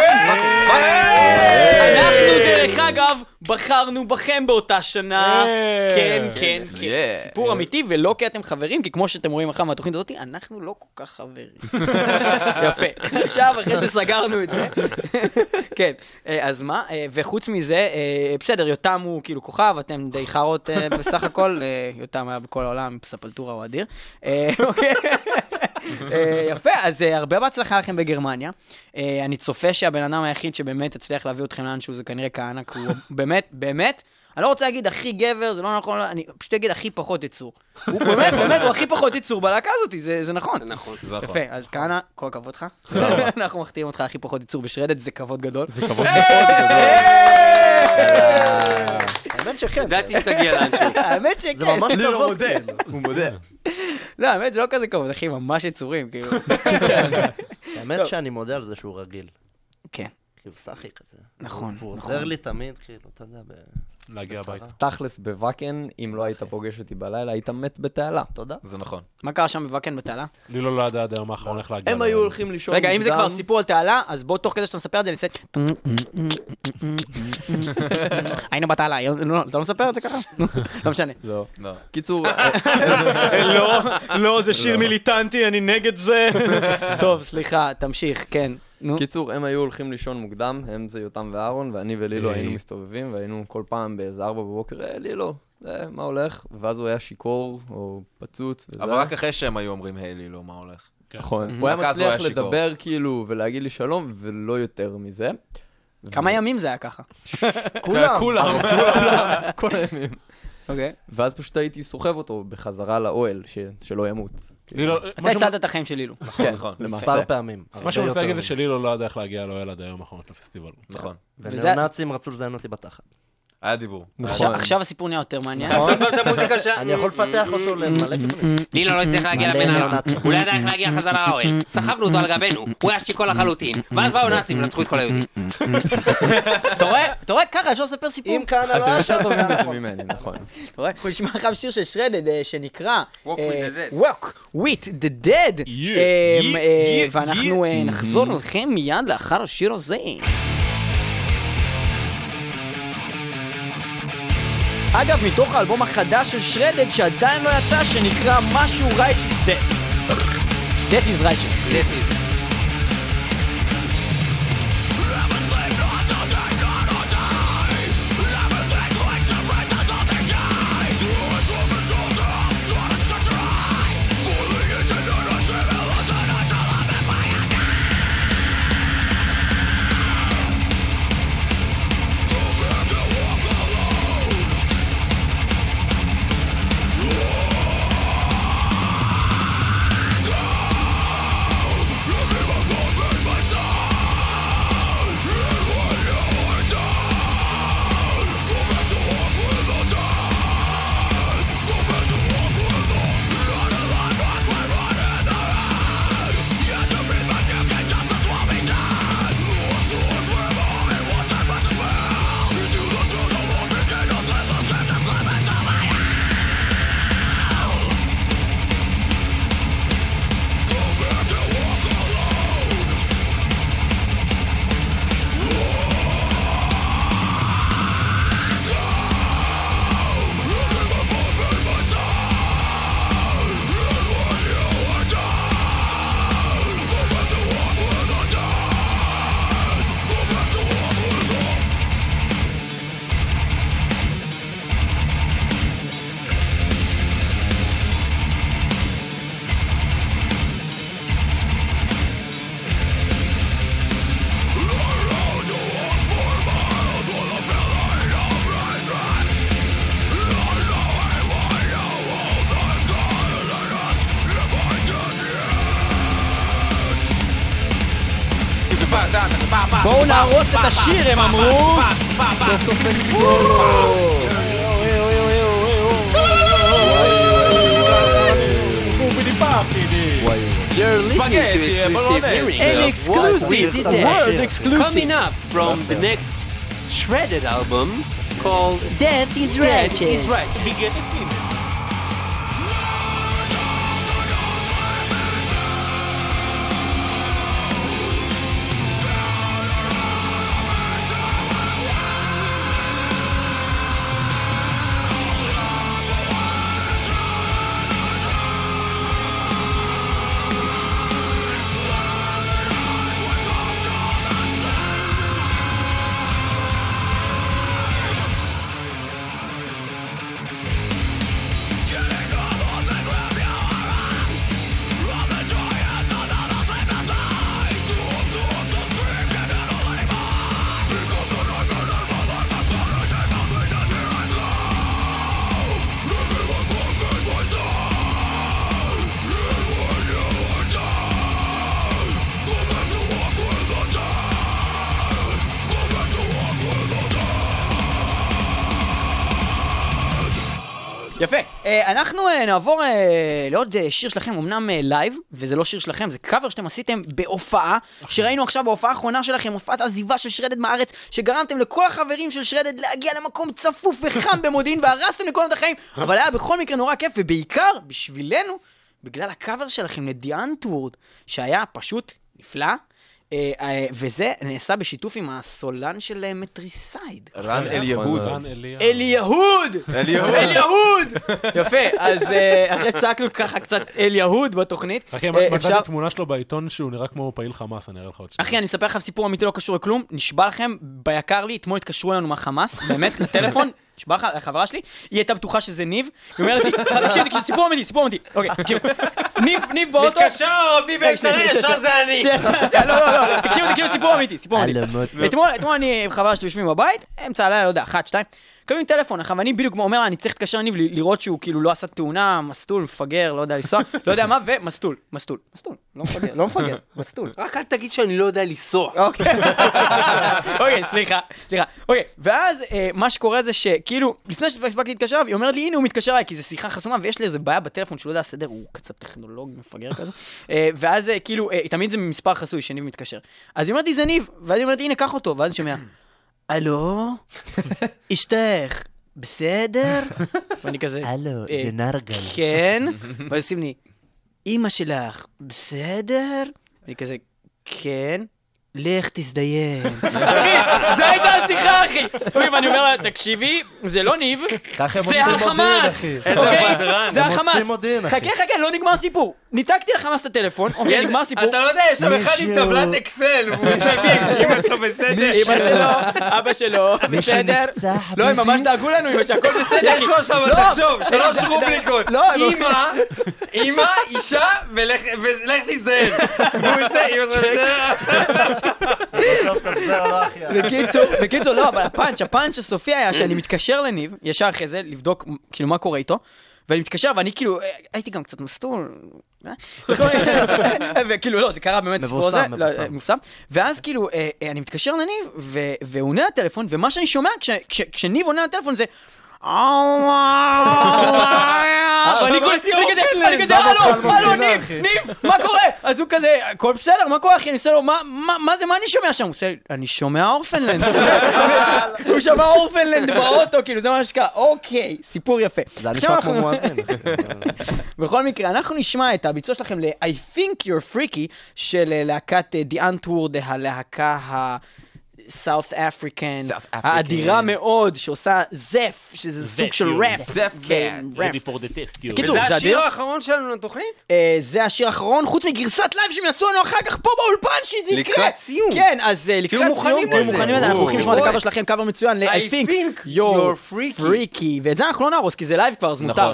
אנחנו, דרך אגב, בחרנו בכם באותה שנה. כן, כן, כן. Yeah. סיפור אמיתי, ולא כי אתם חברים, כי כמו שאתם רואים אחר מהתוכנית הזאת, אנחנו לא כל כך חברים. יפה. עכשיו, אחרי שסגרנו את זה. כן, אז מה? וחוץ מזה, בסדר, יותם הוא כאילו כוכב, אתם די חרות בסך הכל. יותם היה בכל העולם, ספלטורה הוא אדיר. אוקיי. יפה, אז הרבה בהצלחה לכם בגרמניה. אני צופה שהבן אדם היחיד שבאמת הצליח להביא אתכם לאנשהו זה כנראה כהנא, כי הוא באמת, באמת, אני לא רוצה להגיד הכי גבר, זה לא נכון, אני פשוט אגיד הכי פחות יצור. הוא באמת, באמת, הוא הכי פחות יצור בלהקה הזאת, זה נכון. נכון. זה נכון. יפה, אז כהנא, כל הכבוד לך. אנחנו מחתימים אותך הכי פחות יצור בשרדת, זה כבוד גדול. זה כבוד האמת שכן. ידעתי שתגיע לאנשהו. האמת שכן. זה ממש כבוד. הוא מודה. לא, האמת זה לא כזה כבוד, אחי, ממש יצורים, כאילו. האמת שאני מודה על זה שהוא רגיל. כן, כי הוא סחי כזה. נכון. והוא עוזר לי תמיד, כאילו, אתה יודע, להגיע הביתה. תכלס בוואקן, אם לא היית פוגש אותי בלילה, היית מת בתעלה. תודה. זה נכון. מה קרה שם בוואקן בתעלה? לי לא ידע עד היום האחרון איך להגיע. הם היו הולכים לישון רגע, אם זה מוקדם. כבר סיפור על תעלה, אז בוא תוך כדי שאתה מספר את זה, נעשה... היינו בתעלה, אתה לא מספר את זה ככה? לא משנה. לא. לא. קיצור, לא, זה שיר מיליטנטי, אני נגד זה. טוב, סליחה, תמשיך, כן. נו. קיצור, הם היו הולכים לישון מוקדם, הם זה יותם ואהרון, ואני ולילו היינו מסתובבים, והיינו כל פעם באיזה 4 בבוקר, לילו, מה הולך? ואז הוא היה שיכור, או פצוץ, וזה. אבל רק אחרי שהם היו אומרים, היי, לי, לא, מה הולך? נכון. הוא היה רק אז הוא מצליח היה שיכור. לדבר כאילו, ולהגיד לי שלום, ולא יותר מזה. כמה ימים זה היה ככה? כולם. כל הימים. אוקיי. ואז פשוט הייתי סוחב אותו בחזרה לאוהל, שלא ימות. אתה הצלת את החיים של לילו. כן, נכון. למעשה. מספר פעמים. מה שאני רוצה להגיד זה שלילו לא ידע איך להגיע לאוהל עד היום האחרון של הפסטיבל. נכון. ונאו-נאצים רצו לזיין אותי בתחת. היה דיבור. נכון. עכשיו הסיפור נהיה יותר מעניין. לעשות לו את המוזיקה ש... אני יכול לפתח אותו למלא כיוונים. לילו לא הצליח להגיע מלא למנהרה. ניאו-נאצים. הוא לא ידע איך להגיע חזרה לאוהל. סחבנו אותו על גבינו. הוא היה שיכור לחלוטין. ואז באו נאצים ונצחו את כל היהודים. אתה רואה, ככה אפשר לספר סיפור. אם כאן לא היה יותר טוב שם, מזה ממני, נכון. אתה רואה, אנחנו נשמע עכשיו שיר של שרדד שנקרא Walk with the Dead. Walk with the Dead. ואנחנו נחזור לכם מיד לאחר השיר הזה. אגב, מתוך האלבום החדש של שרדד שעדיין לא יצא, שנקרא משהו Righteous Death. Death is Righteous. בואו נהרוס את השיר, הם אמרו. סוף סוף אין סולו. You're listening to exclusive lyrics. An exclusive, world exclusive. Coming up from the next Shredded album called Death is Righteous. יפה. אנחנו נעבור לעוד שיר שלכם, אמנם לייב, וזה לא שיר שלכם, זה קאבר שאתם עשיתם בהופעה, שראינו עכשיו בהופעה האחרונה שלכם, הופעת עזיבה של שרדד מארץ, שגרמתם לכל החברים של שרדד להגיע למקום צפוף וחם במודיעין, והרסתם לכולם את החיים, אבל היה בכל מקרה נורא כיף, ובעיקר בשבילנו, בגלל הקאבר שלכם לדי אנטוורד, שהיה פשוט נפלא, וזה נעשה בשיתוף עם הסולן של מטריסייד. רן אליהוד. אליהוד! יפה, אז אחרי שצעקנו ככה קצת אליהוד בתוכנית, אחי, מצאתי תמונה שלו בעיתון שהוא נראה כמו פעיל חמאס, אני אראה לך עוד שנייה. אחי, אני אספר לך סיפור אמיתי לא קשור לכלום, נשבע לכם, ביקר לי, אתמול התקשרו אלינו מהחמאס, באמת, לטלפון, נשבע לך, לחברה שלי, היא הייתה בטוחה שזה ניב, היא אומרת לי, תקשיב, סיפור אמיתי, אוקיי, תקשיב, ניב באוטו, מתקשר ערבי באקסטרש, ישר זה אני. לא, תקשיב, סיפור אמיתי. אתמול אני עם חברה שלי יושבים בבית, אמצע הלילה, לא יודע, 1, 2, קמים טלפון, אחר, ואני בדיוק אומר לה, אני צריך להתקשר ניב לראות שהוא כאילו לא עשה תאונה, מסטול, מפגר, לא יודע לנסוע, לא יודע מה, ומסטול, לא מפגר, מסטול. רק אל תגיד שאני לא יודע לנסוע. אוקיי, סליחה. אוקיי, ואז מה שקורה זה שכאילו, לפני שהספקתי להתקשר, היא אומרת לי, הנה הוא מתקשר אליי, כי זו שיחה חסומה, ויש לי איזה בעיה בטלפון שלא יודע הסדר, הוא קצת טכנולוג מפגר כזה, ואז כאילו, תמיד זה ממספר חסוי שניב מתקשר. אז היא אומרת לי, זה ניב, ואז היא אומרת, הנה, קח אותו, ואז היא שומע, אלו? אשתך, בסדר? ואני כזה, אלו, זה נרגל. כן? ואז עושים לי, אמא שלך, בסדר? ואני כזה, כן? לך תזדיין. אחי, זה הייתה השיחה, אחי. ואני אומר לה, תקשיבי, זה לא ניב, זה החמאס. זה החמאס. חכה, לא נגמר סיפור. ניתקתי לחמאס את הטלפון, אוקיי, נגמר סיפור. אתה לא יודע, יש שם אחד עם טבלת אקסל, והוא מסתכל, אמא שלו בסדר. אמא שלו, אבא שלו, בסדר. לא, הם ממש דאגו לנו, אמא שהכל בסדר. יש לו שם, תחשוב, 3 רובליקות. אמא, אישה, ולך תזדיין. והוא עושה, אמא שלו בסדר. בקיצור, לא, אבל הפאנץ' הסופי היה שאני מתקשר לניב, ישר אחרי זה, לבדוק כאילו מה קורה איתו, ואני מתקשר, ואני כאילו, הייתי גם קצת מסטול, וכאילו לא, זה קרה באמת סיפור הזה, מופסם, ואז כאילו, אני מתקשר לניב, והוא עונה לטלפון, ומה שאני שומע, כשניב עונה לטלפון זה, אני כזה, הלו, ניב, מה קורה? אז הוא כזה, הכל בסדר, מה קורה אחי? אני עושה לו, מה זה, מה אני שומע שם? הוא עושה, אני שומע אורפנלנד. הוא שומע אורפנלנד באוטו, כאילו זה מה שקרה. אוקיי, סיפור יפה. זה נשמע כמו מואזין. בכל מקרה, אנחנו נשמע את הביצוע שלכם ל-I think you're freaky של להקת The Antwoord, הלהקה סאות' אפריקן, האדירה מאוד, שעושה זף, שזה סוג של ראפ. זף קאט. Ready for the test, כאילו. קיצור, זה זה השיר אדיר. האחרון שלנו לתוכנית? זה השיר האחרון, חוץ מגרסת לייב שהם יעשו לנו אחר כך פה באולפן שזה יקרה. לקראת סיום. כן, אז לקראת סיום, תהיו מוכנים לזה, אנחנו הולכים לשמוע את הקאבר שלכם, קאבר מצוין, ל-I think you're freaky, ואת זה אנחנו לא נהרוס, כי זה לייב כבר, אז מותר.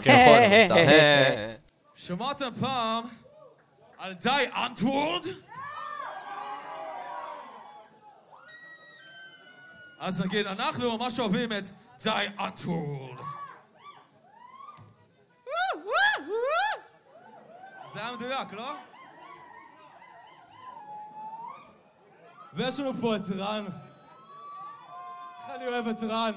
שמעתם פעם על די אנטוורד? אז נגיד, אנחנו ממש אוהבים את די אנטוורד. זה היה מדויק, לא? ויש לנו פה את רן. איך אני אוהב את רן.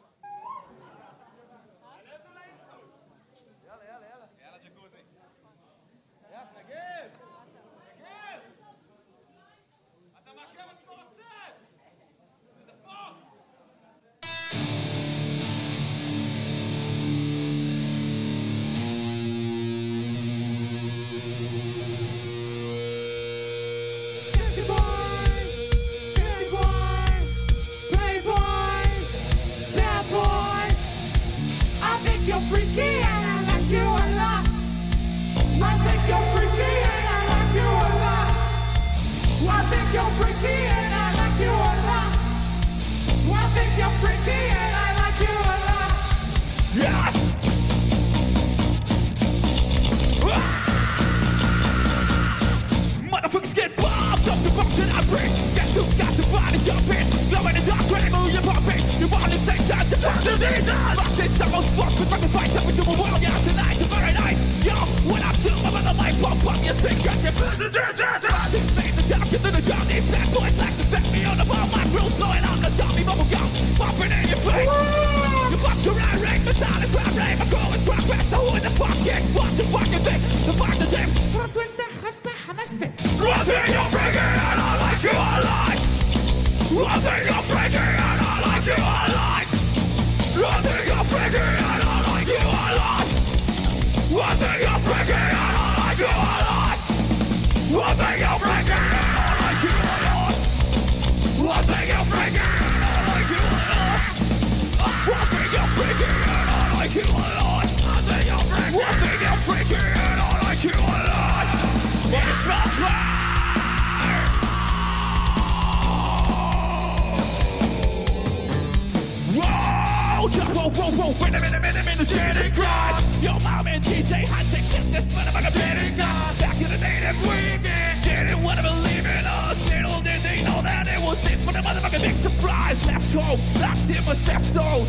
Yo, mom and DJ hunting shit, this motherfucker getting gone. Back in the day that we didn't wanna believe in us. Little did they know that it was it for the motherfucking big surprise. Left home, locked in my safe zone.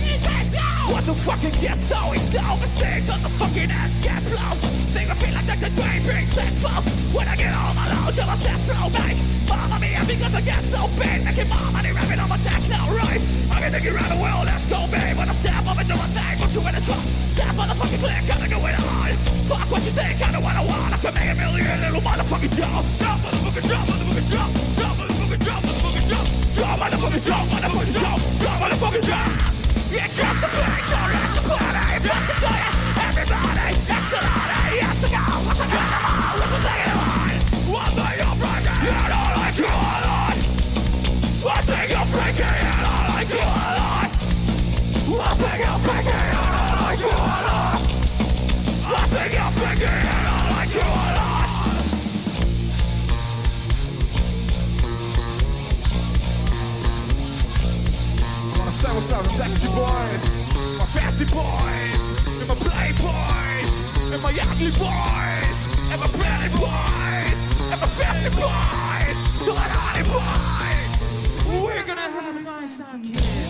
What the fucking get so dumb mistake on the fucking ass get blown. Think I feel like that's a great big set fuck. When I get all my load, till I step through me. Mama mia, because I get so big, making more money rapping on my techno rave. I can take you around the world, let's go babe. When I step up and do my thing, put you in a truck. Step on the fucking click, gotta go in a line. Fuck what you think, kinda what I want. I can make a million little motherfucking jump. Jump, motherfucking jump, motherfucking jump. Jump, motherfucking jump, motherfucking jump. Jump, motherfucking jump, motherfucking jump. Jump, motherfucking jump. Yeah, cross the place, so let's the party. Fuck the joy, everybody. That's a lot, yes to go. What's a good amount, what's a second line? One thing you're breaking, and I like you a lot. One thing you're freaking, and I like you a lot. One thing you're freaking, and I like you a lot. One thing you're freaking, and I like you a lot. Say what's up, sexy boys, my fancy boys, and my playboys, and my ugly boys, and my pretty boys, and my fancy boys, and my naughty boys. We're gonna have a nice time, kid.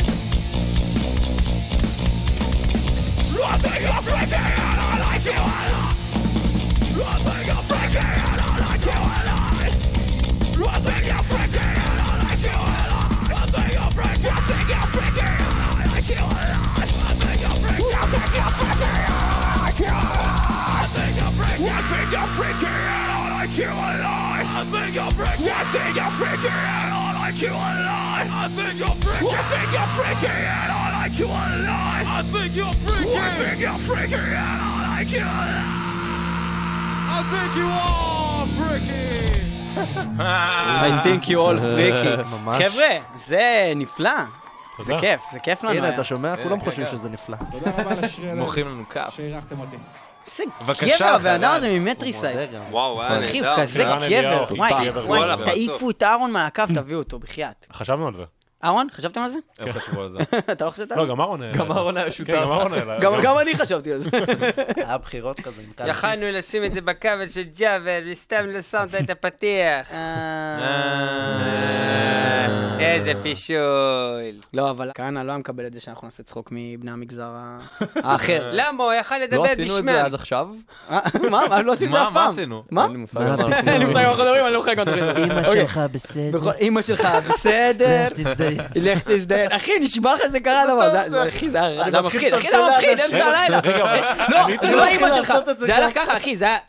One thing you're freaking and I like you a lot. One thing you're freaking and I like you a lot. One thing you're freaking and I like you a lot. One thing you're freaking, one thing you're freaking and I like you a lot. One thing you're freaking, one thing you're freaking and I like you a lot. One thing you're freaking, one thing you're freaking and I like you a lot. One thing you're freaking, one thing you're freaking and I like you a lot. One thing you're freaking, one thing you're freaking and I like you a lot. I think you're freaking, I think you're freaking and I like you a lot. I think you all freaking. I think you all freaking. חבר'ה, זה נפלא. זה כיף, זה כיף לנו. הנה, אתה שומע? כולם חושבים שזה נפלא. תודה רבה לשרי אלון. מוחאים לנו כף. שאירחתם אותי. איזה גבר, הבן הזה ממטריסייד. וואו, היה אחי, נהדר. הוא כזה גבר. וואי, וואלה, תעיפו את אהרון מהקו, תביאו אותו, בחייאת. חשבנו על זה. אהרון, חשבתם על זה? הם חשבו על זה. אתה לא חשבת? לא, גם אהרון היה שותף. כן, גם אהרון היה. גם אני חשבתי על זה. היה בחירות כזה. יכלנו לשים את זה בכבל של ג'אבר, וסתם לא שמת את הפתיח. איזה פישול. לא, אבל כהנא לא מקבל את זה שאנחנו נעשה צחוק מבני המגזר האחר. למה? הוא יכל לדבר לא בשמם. עשינו את זה עד עכשיו? מה? לא עשינו את זה אף פעם. מה עשינו? מה? אין לי מושג על מה. אין לי מושג על מה מדברים, אני לא חלק מהתוכנית. אמא שלך בסדר. אמא שלך בסדר. תזדיין. לך תזדיין. אחי, נשבע לך זה קרה דבר. אחי, זה היה מפחיד. אחי, זה היה מפחיד, אמצע הלילה. לא, זה לא אמא שלך. זה היה לך ככה, אחי, זה היה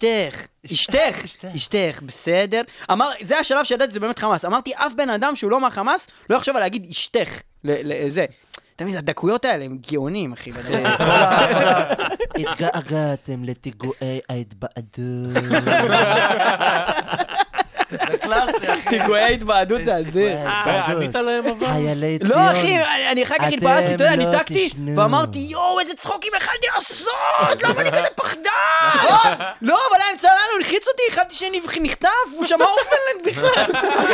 אשתך, בסדר. זה השלב שידעתי, זה באמת חמאס. אמרתי, אף בן אדם שהוא לא מהחמאס, לא יחשוב על להגיד אשתך לזה. אתה מבין, הדקויות האלה הם גאונים, אחי. התגעגעתם לתיגועי ההתבעדות. זה קלאסי, אחי. טיגועי התבעדות זה אדיר. ענית להם אבל? חיילי ציון. לא, אחי, אני אחר כך התפרסתי, אתה יודע, אתם לא ניתקתי, תשנו. ואמרתי, יואו, איזה צחוקים יכלתי לעשות, למה אני כזה פחדן? לא, אבל האמצע לנו, הלחיץ אותי, החלטתי שנחטף, הוא שמע אורפנלנד בכלל.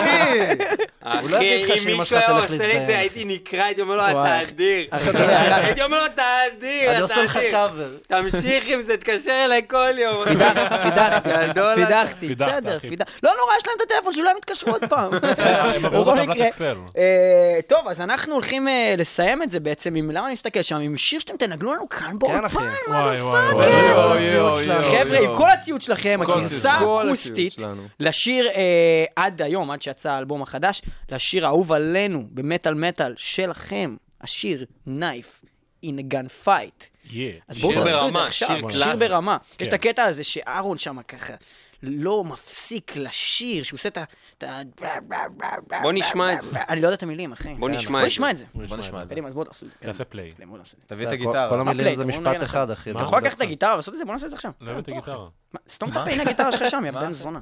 אחי, אם מישהו היה עושה לי את זה, הייתי נקרא, הייתי אומר לו, אתה אדיר. הייתי אומר לו, אתה אדיר, אני עושה לך קאבר. תמשיך עם זה, תתקשר אליי כל יום. פידחתי, בסדר, לא נורא, יש להם את הטלפון שלא הם יתקשרו עוד פעם. הם עברו בכל בטבלת מקרה. אקסל. טוב, אז אנחנו הולכים לסיים את זה בעצם, למה אני מסתכל שם, עם שיר שאתם תנגלו לנו כאן באולפן, וואי, חבר'ה, עם כל הציוד שלכם, הגרסה כל האקוסטית, הציוד שלנו. לשיר עד היום, עד שיצא האלבום החדש, לשיר האהוב עלינו במטל מטל שלכם, השיר Knife in a Gunfight. אז בואו שיר תעשו את זה ברמה, עכשיו, שיר שיר קלאסי. ברמה. יש את הקטע הזה שאהרון שם ככה לא מפסיק לשיר, שהוא עושה את ה... בוא נשמע את זה. אני לא יודע את המילים, אחי. בוא נשמע בוא את זה. נשמע את זה. בוא נשמע את זה. קדימה, אז בואו תעשו את זה. תעשה פליי. בואו נעשה את זה. תביא את כל הגיטרה. המילים זה בוא משפט נראה אחד, אחי. אתה יכול לקחת את הגיטרה ולעשות את זה? בוא נעשה את זה עכשיו. לא הבאת גיטרה. מה, סתום את הפה, הנה הגיטרה שלך שם, יא בן זונה.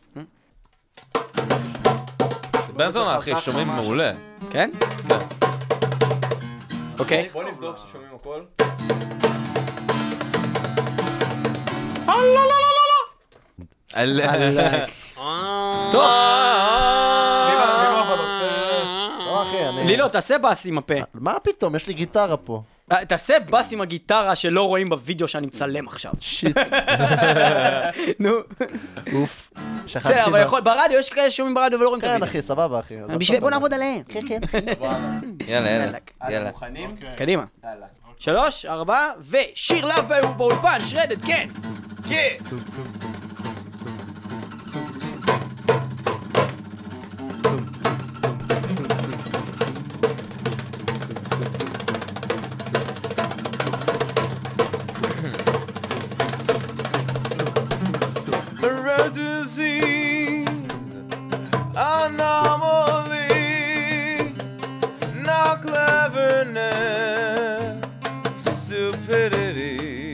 בן זונה, אחי, שומעים מעולה. כן? כן. אוקיי. בוא נבדוק ששומעים הכל. טוב. לא, אחי, אני... לילו, תעשה בס עם הפה. מה פתאום? יש לי גיטרה פה. תעשה בס עם הגיטרה שלא רואים בווידאו שאני מצלם עכשיו. שיט. נו. אוף. בסדר, אבל יכול, ברדיו, יש כאלה שומעים ברדיו ולא רואים את כן, הווידאו. אחי, סבבה, אחי. בוא נעבוד עליהם. כן, כן. יאללה. מוכנים? קדימה. 3, 4, ושיר לאב באולפן, שרדד, כן. Emergency, anomaly, not cleverness, stupidity.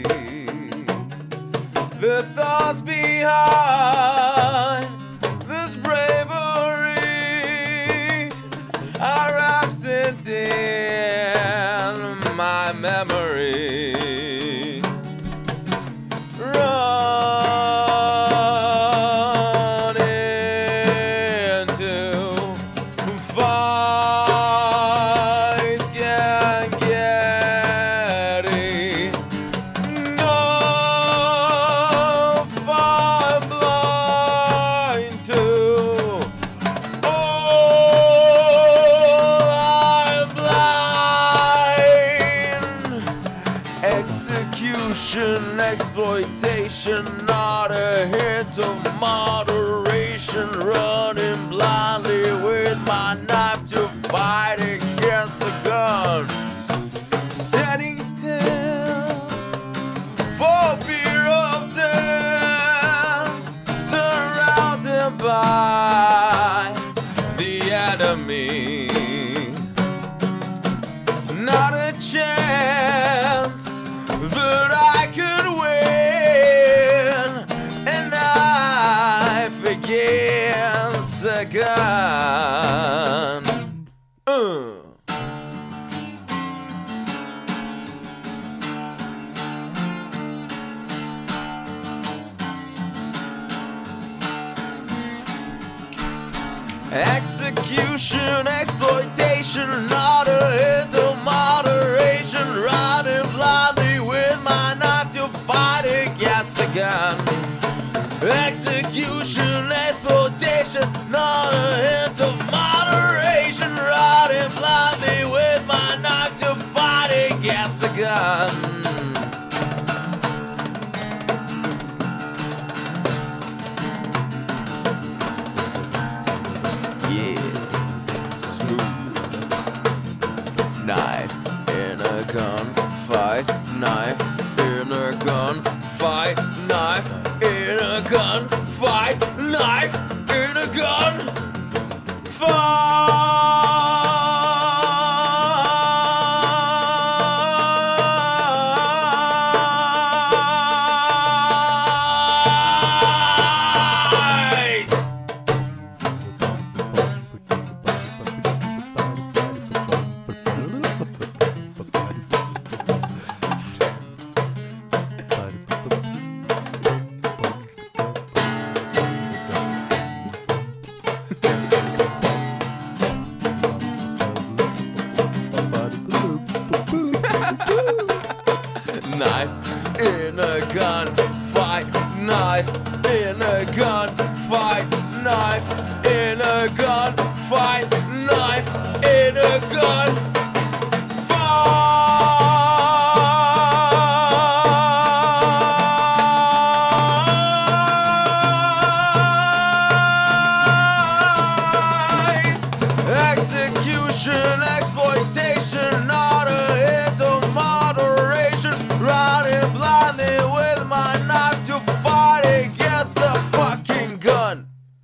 The thoughts behind this bravery are absent in my memory. Run into fights, Gangari. No, I'm blind to all I'm blind. Execution, exploitation, not a hint of moderation. Running blindly with my knife to fight against the gun. Standing still for fear of death, surrounded by the enemy. Not a chance that I could win, and I against a gun. Execution, exploitation, not a hint of moderation. Riding blindly with my knife to fight against the gun. Execution, exploitation, not a hint of moderation. Knife in a gunfight, knife in a gunfight, knife in a gunfight, knife in a gunfight. Knife in a gunfight, knife in a gunfight, knife in a gunfight, knife in a gunfight. Execution, exploitation, not a hint of moderation. Riding blindly with my knife to fight against a fucking gun.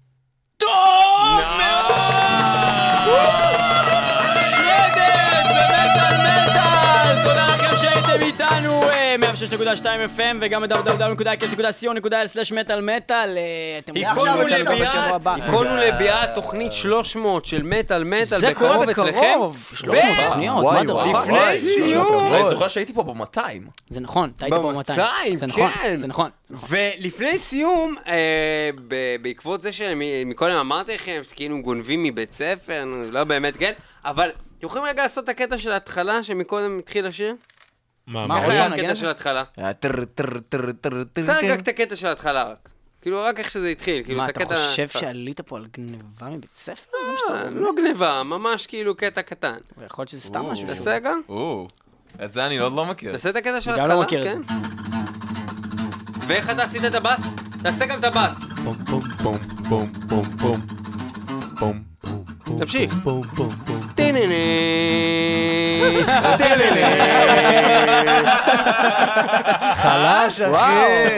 שרדד במטל מטל! תודה לכם שהייתם איתנו, 106.2 FM וגם www.icast.co.il/מטל-מטל. אתם היכולנו לביאה תוכנית 300 של מטל מטל זה קורה בקרוב. 300 תוכניות, מה דבר? לפני סיום, אני זוכר שהייתי פה ב-200. זה נכון, אתה היית פה 200. זה נכון, זה נכון. ולפני סיום, בעקבות זה שמקודם אמרתי לכם שכאילו גונבים מבית ספר, לא באמת כן, אבל אתם יכולים רגע לעשות את הקטע של ההתחלה שמקודם התחיל השיר? איך היה הקטע של ההתחלה? זה רגע את הקטע של ההתחלה רק. כאילו רק איך שזה התחיל. מה, אתה חושב שעלית פה על גניבה מבית ספר? לא גניבה, ממש כאילו קטע קטן. ויכול להיות שזה סתם משהו. תעשה גם? את זה אני עוד לא מכיר. תעשה את הקטע של גם ההתחלה, לא מכיר את זה. ואיך אתה עשית את הבאס? תעשה גם את הבאס. תמשיך. חלש, אחי,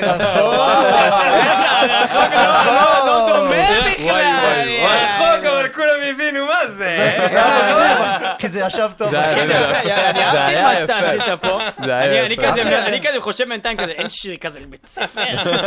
לא דומה בכלל. רחוק, אבל כולם הבינו מה זה. כי זה ישב טוב. אני אהבתי מה שאתה עשית פה. אני כזה חושב בינתיים כזה, אין שיר כזה לבית ספר.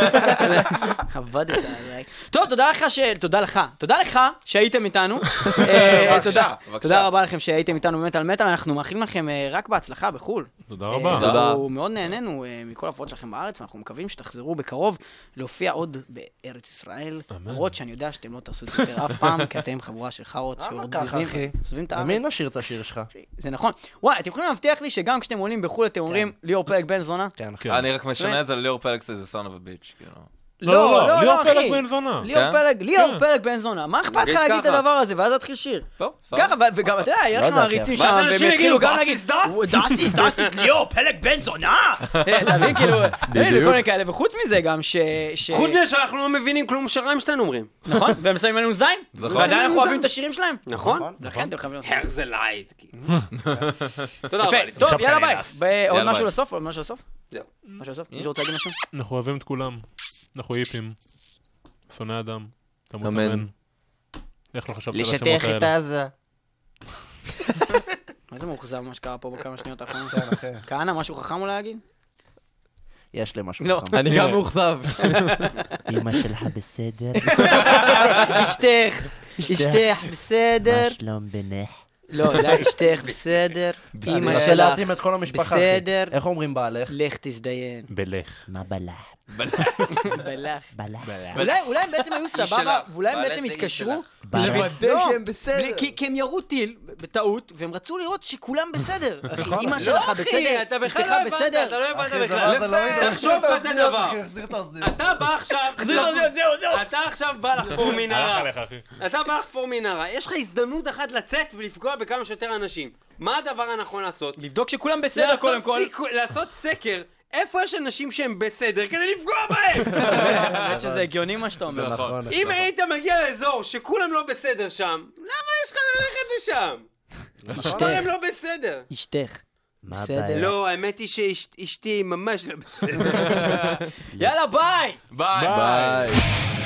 עבדת עליי. טוב, תודה לך שהייתם איתנו. תודה רבה לכם שהייתם איתנו במטל מטל. אנחנו מאחלים לכם רק בהצלחה בחול. תודה רבה. אנחנו מאוד נהנינו מכל ההופעות שלכם בארץ, ואנחנו מקווים שתחזרו בקרוב להופיע עוד בארץ ישראל. למרות שאני יודע שאתם לא תעשו את זה יותר אף פעם, כי אתם חבורה של חרות שעוזבים את הארץ. מי נשאיר את השיר שלך? זה נכון. וואי, אתם יכולים להבטיח לי שגם כשאתם עולים בחול אתם אומרים ליאור פלג בן זונה? כן. אני רק משנה את זה לליאור פלג זה son of a bitch, כאילו. ליאור פלג בן זונה. ליאור פלג בן זונה. מה אכפת לך להגיד את הדבר הזה? ואז להתחיל שיר. ככה, וגם אתה יודע, יש לך מעריצים שם, והם יתחילו גם להגיד, דאסיס, ליאור פלג בן זונה! אתה מבין, כאילו, וכל מיני כאלה, וחוץ מזה גם חוץ מזה שאנחנו לא מבינים כלום שריים שלנו אומרים. נכון, והם שמים לנו זין, ועדיין אנחנו אוהבים את השירים שלהם. נכון. לכן אתם חייבים איך זה לייט. תודה רבה. טוב, יאללה ביי. עוד משהו לסוף? זהו. משהו לסוף? מישהו רוצה להגיד משהו? אנחנו אוהבים את כולם. אנחנו היפים. שונא אדם. תמות אמן. איך לא חשבת על השמות האלה? לשטח את עזה. מה זה מאוכזב מה שקרה פה בכמה שניות האחרונות? כהנה, משהו חכם אולי להגיד? יש לי משהו לא. חכם. אני גם מאוכזב. אמא שלך בסדר? אשתך בסדר? מה שלום בנך? לא, זה היה אשתך בסדר? אמא שלך שלך להתאים את כל המשפחה. בסדר? איך אומרים בעלך? לך תזדיין. בלך. מה בלח? בלח. אולי הם בעצם היו סבבה, ואולי הם בעצם התקשרו. לוודא שהם בסדר. כי הם ירו טיל, בטעות, והם רצו לראות שכולם בסדר. אמא שלך בסדר, אתה בכלל לא הבנת, אתה לא הבנת בכלל. תחשוב כזה דבר. אתה בא עכשיו... אתה עכשיו בא לחפור מנהרה. אתה בא לחפור מנהרה. יש לך הזדמנות אחת לצאת ולפגוע בכמה שיותר אנשים. מה הדבר הנכון לעשות? לבדוק שכולם בסדר קודם כל. לעשות סקר. איפה יש אנשים שהם בסדר כדי לפגוע בהם? האמת שזה הגיוני מה שאתה אומר. אם היית מגיע לאזור שכולם לא בסדר שם, למה יש לך ללכת לשם? כבר הם לא בסדר. אשתך. מה הבעיה? לא, האמת היא שאשתי ממש לא בסדר. יאללה ביי! ביי.